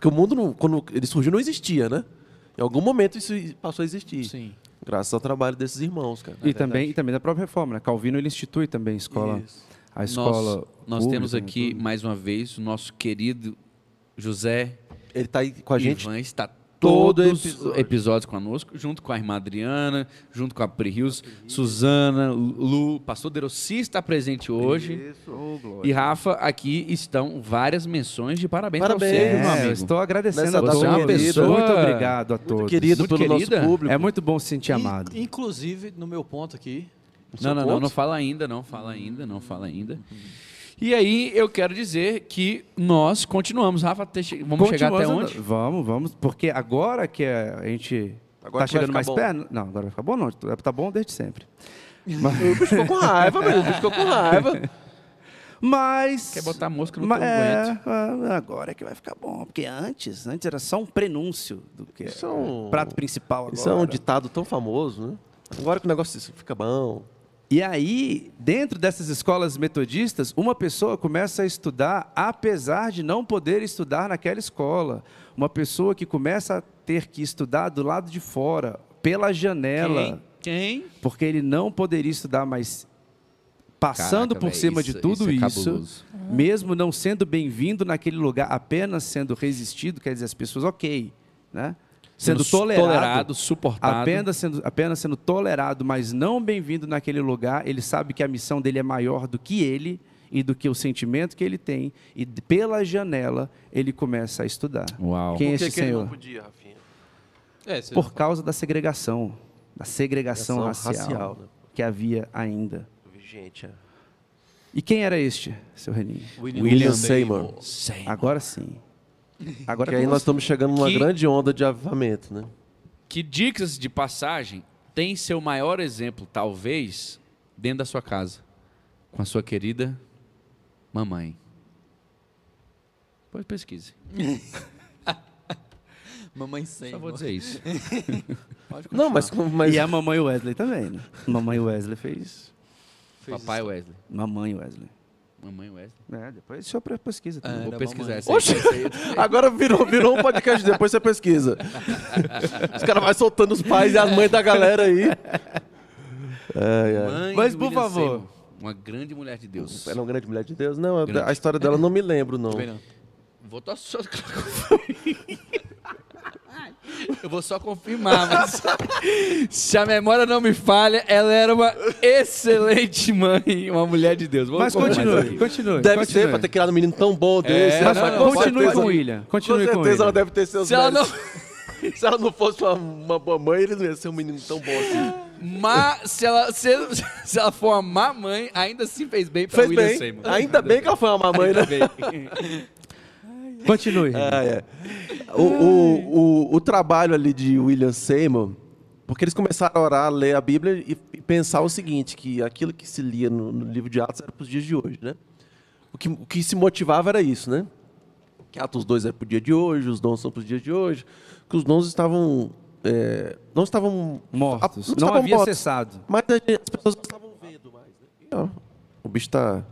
Porque o mundo, não, quando ele surgiu, não existia, né? Em algum momento isso passou a existir. Sim. Graças ao trabalho desses irmãos, cara. E, também, e também da própria reforma, né? Calvino, ele institui também a escola. Isso. A escola Nós, nós pública, temos aqui, tudo. mais uma vez, o nosso querido José Ele tá aí com a gente. Ivan, está todo todos os episódio. episódios conosco, junto com a irmã Adriana, junto com a Pri Rios, Suzana, Lu, pastor Derossi está presente hoje. Isso. Ô, glória. E Rafa, aqui estão várias menções de parabéns, Parabéns. para você, meu É, amigo. eu estou agradecendo Nessa a data todos. é uma pessoa Muito obrigado a Muito todos. querido Muito pelo querida. nosso público. É muito bom se sentir amado. In- inclusive, no meu ponto aqui, Não, não, não, ponto? não fala ainda, não fala ainda, não fala ainda. E aí eu quero dizer que nós continuamos, Rafa, até che- vamos chegar até Continuamos onde? andando. Vamos, vamos, porque agora que a gente Agora está que vai chegando ficar mais bom. perto... Não, agora vai ficar bom não, tá bom desde sempre. O bicho ficou com raiva, meu. O bicho ficou com raiva. Mas... Quer botar mosca no mas, teu é, aguento. é, agora é que vai ficar bom, porque antes, antes era só um prenúncio do que Isso é é um- o prato principal agora. Isso é um ditado tão famoso, né? Agora que o negócio fica bom. E aí, dentro dessas escolas metodistas, uma pessoa começa a estudar apesar de não poder estudar naquela escola. Uma pessoa que começa a ter que estudar do lado de fora, pela janela, Quem? porque ele não poderia estudar, mas passando Caraca, por véi, cima isso- de tudo isso é isso, cabuloso. mesmo não sendo bem-vindo naquele lugar, apenas sendo resistido, quer dizer, as pessoas, ok, né? Sendo tolerado, tolerado, suportado. apenas sendo, apenas sendo tolerado, mas não bem-vindo naquele lugar, ele sabe que a missão dele é maior do que ele e do que o sentimento que ele tem, e d- pela janela ele começa a estudar. Uau. Quem é Por que esse que ele senhor? não podia, Rafinha? é, você- Por causa da segregação, da segregação Racial, racial, racial, né? que havia ainda. Vigente, é. E quem era este, seu Reninho? William, William Seymour. Seymour. Agora sim. Agora Que aí com nós você. estamos chegando numa Que- grande onda de avivamento, né? Que dicas de passagem tem seu maior exemplo, talvez, dentro da sua casa, com a sua querida mamãe? Pois pesquise. Mamãe Só Seymour. vou dizer isso. Pode Não, mas, mas E a mamãe Wesley também, né? Mamãe Wesley fez. Fez Papai isso. Wesley. Mamãe Wesley. Mamãe Wesley. É, depois o senhor pre- pesquisa também. É, Vou Era pesquisar mamãe. essa aí. Oxe, essa aí. agora virou, virou um podcast, depois você pesquisa. Os caras vão soltando os pais e as mães da galera aí. Ai, ai. Mãe Mas, de por William favor. Seymour, uma grande mulher de Deus. Ela é uma grande mulher de Deus? Não, a- Grande. a história dela eu não me lembro, não. Também não. Vou tô só... Eu vou só confirmar, mas se a memória não me falha, ela era uma excelente mãe, uma mulher de Deus. Vamos Mas confirmar isso continue, aqui. continue. Deve continue. ser, pra ter criado um menino tão bom desse. não, né? Mas não, com continue certeza- com o William. Continue com com o certeza ela William. deve ter seus Se ela não... méritos. Se ela não fosse uma, uma boa mãe, ele não ia ser um menino tão bom assim. Mas se ela, se, se ela for uma má mãe, ainda assim fez bem pra Fez William bem. Seymour. Ainda bem que ela foi uma mamãe, né? Ainda bem. Continue. Ah, é. o, o, o, o trabalho ali de William Seymour, porque eles começaram a orar, a ler a Bíblia e, e pensar o seguinte, que aquilo que se lia no, no livro de Atos era para os dias de hoje, né? O que, o que se motivava era isso, né? Que Atos dois é para o dia de hoje, os dons são para os dias de hoje, que os dons estavam... é, não estavam... Mortos. não Não estavam havia mortos, cessado. mas a gente- as pessoas não estavam vendo mais. Né? E, ó, o bicho está...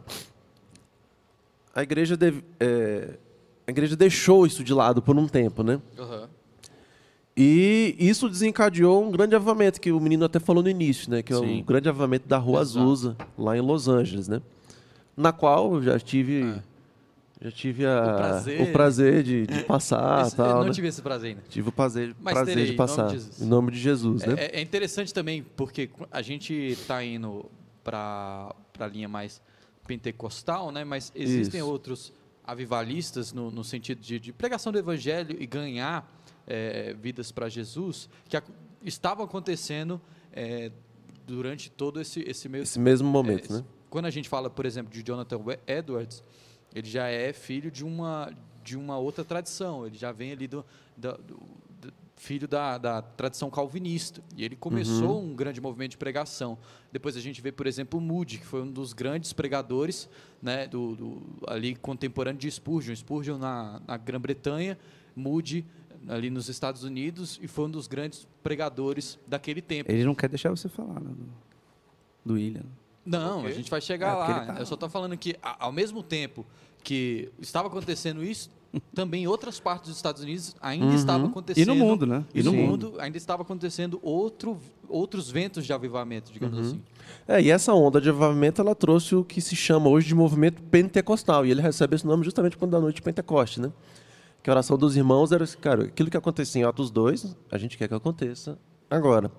A igreja, deve, é, a igreja deixou isso de lado por um tempo, né? Aham. E isso desencadeou um grande avivamento, que o menino até falou no início, né? Que é Sim. o grande avivamento da Rua Exato. Azusa, lá em Los Angeles, né? Na qual eu já tive, Ah. já tive a, O prazer. o prazer de, de passar, Esse- tal, eu não né? tive esse prazer ainda. Tive o prazer, Mas prazer terei, de em nome passar, de Jesus. em nome de Jesus, né? É, é interessante também, porque a gente está indo para a linha mais pentecostal, né? Mas existem Isso. outros avivalistas no, no sentido de, de pregação do evangelho e ganhar é, vidas para Jesus, que ac- estavam acontecendo é, durante todo esse, esse meio Esse mesmo momento, é, né? Quando a gente fala, por exemplo, de Jonathan We- Edwards, ele já é filho de uma, de uma outra tradição, ele já vem ali do, da- do- do- filho da, da tradição calvinista, e ele começou um grande movimento de pregação. Depois a gente vê, por exemplo, o Moody, que foi um dos grandes pregadores, né, do, do- ali contemporâneo de Spurgeon, Spurgeon na, na Grã-Bretanha, Moody ali nos Estados Unidos, e foi um dos grandes pregadores daquele tempo. Ele não quer deixar você falar, né? do, do William. Não, a gente vai chegar É, porque lá. ele tá- Eu só estou falando que, a- ao mesmo tempo que estava acontecendo isso, também em outras partes dos Estados Unidos ainda Uhum. estava acontecendo. E no mundo, né? E no Sim. mundo ainda estava acontecendo outro, outros ventos de avivamento, digamos Uhum. assim. É, e essa onda de avivamento, ela trouxe o que se chama hoje de movimento pentecostal. E ele recebe esse nome justamente quando da noite de Pentecoste, né? Que a oração dos irmãos era, cara, aquilo que acontecia em Atos dois, a gente quer que aconteça agora.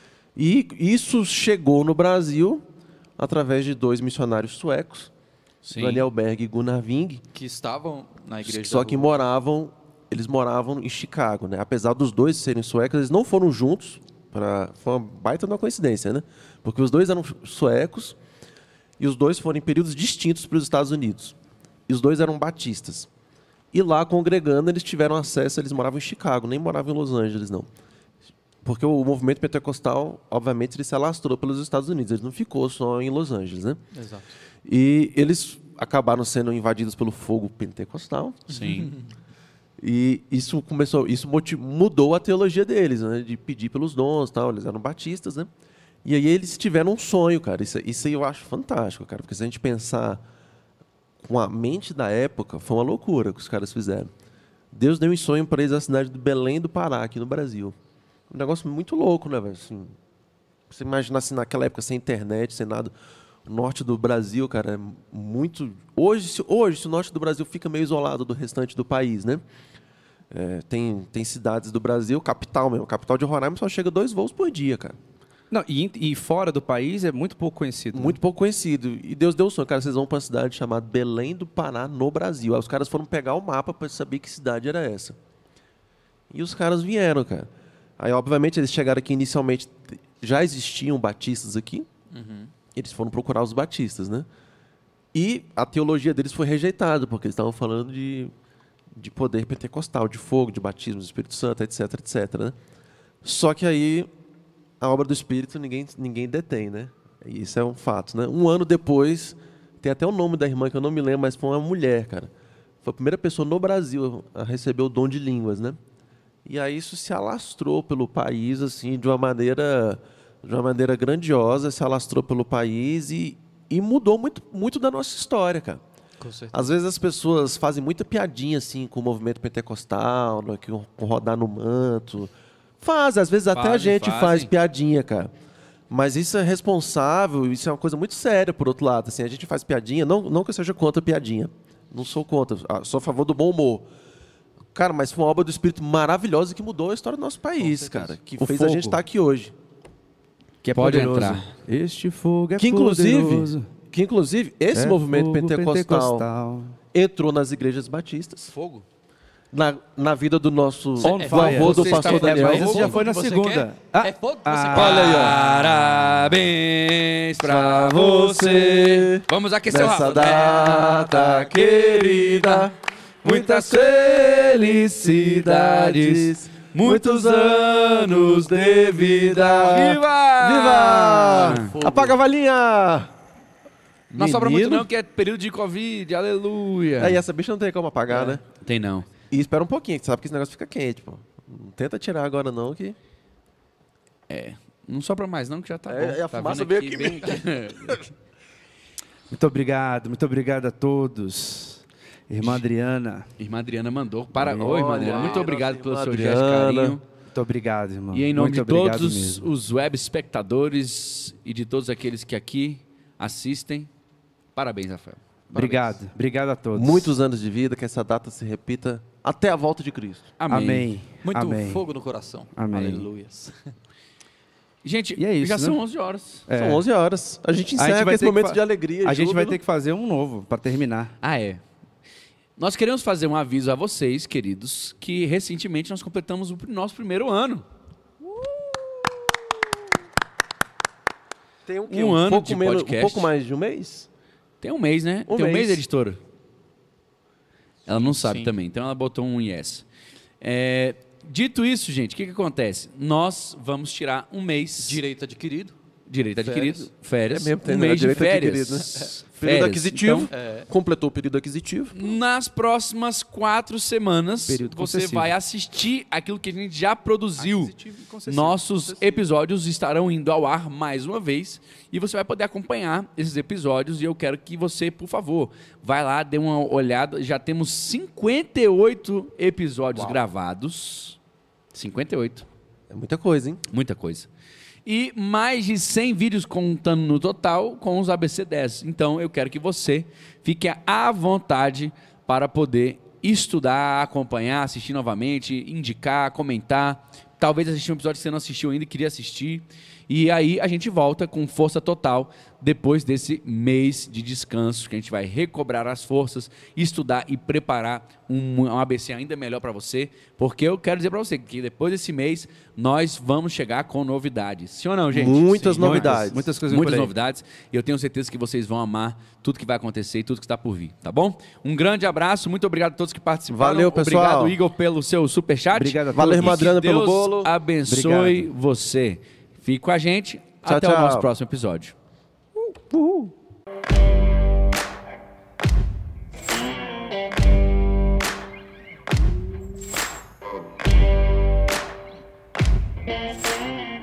E isso chegou no Brasil através de dois missionários suecos, Sim. Daniel Berg e Gunnar Wing, Que estavam na igreja só da que rua. moravam, eles moravam em Chicago, né? Apesar dos dois serem suecos, eles não foram juntos, pra, foi uma baita de uma coincidência, né? Porque os dois eram suecos e os dois foram em períodos distintos para os Estados Unidos. E os dois eram batistas. E lá, congregando, eles tiveram acesso, eles moravam em Chicago, nem moravam em Los Angeles, não. Porque o movimento pentecostal, obviamente, ele se alastrou pelos Estados Unidos, ele não ficou só em Los Angeles, né? Exato. E eles acabaram sendo invadidos pelo fogo pentecostal. Sim. E isso começou, isso moti- mudou a teologia deles, né? De pedir pelos dons, tal. Eles eram batistas, né? E aí eles tiveram um sonho, cara. Isso, isso aí eu acho fantástico, cara, porque se a gente pensar com a mente da época, foi uma loucura que os caras fizeram. Deus deu um sonho para eles na cidade de Belém do Pará, aqui no Brasil. Um negócio muito louco, né, velho? Assim, você imaginar assim, naquela época sem internet, sem nada. O norte do Brasil, cara, é muito. Hoje, se, hoje, se o norte do Brasil fica meio isolado do restante do país, né? É, tem, tem cidades do Brasil, capital mesmo, capital de Roraima só chega dois voos por dia, cara. Não, e, e fora do país é muito pouco conhecido. né? Muito pouco conhecido. E Deus deu um sonho, cara, vocês vão para uma cidade chamada Belém do Pará, no Brasil. Aí os caras foram pegar o mapa para saber que cidade era essa. E os caras vieram, cara. Aí, obviamente, eles chegaram aqui inicialmente, já existiam batistas aqui. Uhum. Eles foram procurar os batistas, né? E a teologia deles foi rejeitada, porque eles estavam falando de, de poder pentecostal, de fogo, de batismo do Espírito Santo, etc, etc, né? Só que aí a obra do Espírito ninguém, ninguém detém, né? E isso é um fato, né? Um ano depois, tem até o nome da irmã que eu não me lembro, mas foi uma mulher, cara. Foi a primeira pessoa no Brasil a receber o dom de línguas, né? E aí isso se alastrou pelo país, assim, de uma maneira, de uma maneira grandiosa, se alastrou pelo país e, e mudou muito, muito da nossa história, cara. Com certeza. Às vezes as pessoas fazem muita piadinha, assim, com o movimento pentecostal, né, com com rodar no manto. Faz, às vezes até a Fazem, gente fazem. faz piadinha, cara. Mas isso é responsável, isso é uma coisa muito séria, por outro lado. Assim, a gente faz piadinha, não, não que eu seja contra piadinha. Não sou contra, ah, sou a favor do bom humor. Cara, mas foi uma obra do Espírito maravilhosa que mudou a história do nosso país, cara. Que O fez a fogo. gente estar aqui hoje. Que é Pode poderoso. entrar. Este fogo é Que inclusive, poderoso. que inclusive esse É movimento fogo pentecostal, entrou nas igrejas batistas. Fogo? Na, na vida do nosso On do fire. avô do Você pastor está- Daniel. mas esse já Fogo foi que na você segunda. quer? Ah, É fogo que você ah, quer? Olha aí, ó. Parabéns pra você. Vamos aquecer o Nessa rabo. data querida, muitas felicidades, muitos anos de vida. Viva! Viva! Fogo. Apaga a valinha! Não sobra muito Menino. não, que é período de Covid, aleluia. Aí essa bicha não tem como apagar, né? Tem não. E espera um pouquinho, que sabe que esse negócio fica quente, pô. Não tenta tirar agora não, que... É, não sobra mais não, que já tá É, bom. e a Tá fumaça vindo veio bem- Muito obrigado, muito obrigado a todos. Irmã Adriana, Irmã Adriana mandou. Para... Olha, Oi, irmã Adriana, muito nossa obrigado irmã pelo seu gesto de Adriana. carinho. muito obrigado, irmão. E em nome muito de obrigado todos mesmo. os web espectadores e de todos aqueles que aqui assistem, parabéns, Rafael. Obrigado, obrigado a todos. Muitos anos de vida, que essa data se repita até a volta de Cristo. Amém. Amém. Muito Amém. fogo no coração. Amém. Aleluias. Gente, E é isso, já né? são onze horas. É. São onze horas. A gente A gente encerra vai esse ter que momento fa- de alegria e A gente vai júbilo. ter que fazer um novo para terminar. Ah, é. Nós queremos fazer um aviso a vocês, queridos, que recentemente nós completamos o nosso primeiro ano. Tem um, quê? Um ano pouco de menos, podcast. Um pouco mais de um mês? Tem um mês, né? Um Tem um mês. mês, editora? Ela não sabe Sim. também, então ela botou um yes. É, dito isso, gente, o que, que acontece? Nós vamos tirar um mês Direito adquirido. Direito adquirido, férias. É mesmo, tem um mês de direito férias. adquirido, né? Férias. Período aquisitivo, Então, É. completou o período aquisitivo. nas próximas quatro semanas, Período você concessivo. vai assistir aquilo que a gente já produziu. Aquisitivo e concessivo. Nossos Concessivo. episódios estarão indo ao ar mais uma vez e você vai poder acompanhar esses episódios e eu quero que você, por favor, vai lá, dê uma olhada. Já temos cinquenta e oito episódios Uau. gravados. cinquenta e oito. É muita coisa, hein? Muita coisa. E mais de cem vídeos contando no total com os A B C dez. Então eu quero que você fique à vontade para poder estudar, acompanhar, assistir novamente, indicar, comentar. Talvez assistir um episódio que você não assistiu ainda e queria assistir. E aí a gente volta com força total depois desse mês de descanso, que a gente vai recobrar as forças, estudar e preparar um, um A B C ainda melhor para você, porque eu quero dizer para você que depois desse mês nós vamos chegar com novidades. Sim ou não, gente? Muitas Sim, novidades. Muitas coisas Muitas por aí. novidades. E eu tenho certeza que vocês vão amar tudo que vai acontecer e tudo que está por vir, tá bom? Um grande abraço, muito obrigado a todos que participaram. Valeu, pessoal. Obrigado, Igor, pelo seu superchat. Obrigado a Valeu, todos. irmã Adriana, Que pelo Deus bolo. abençoe Obrigado. você. Fique com a gente. Tchau, Até o tchau. nosso próximo episódio. Uhul. Thank you.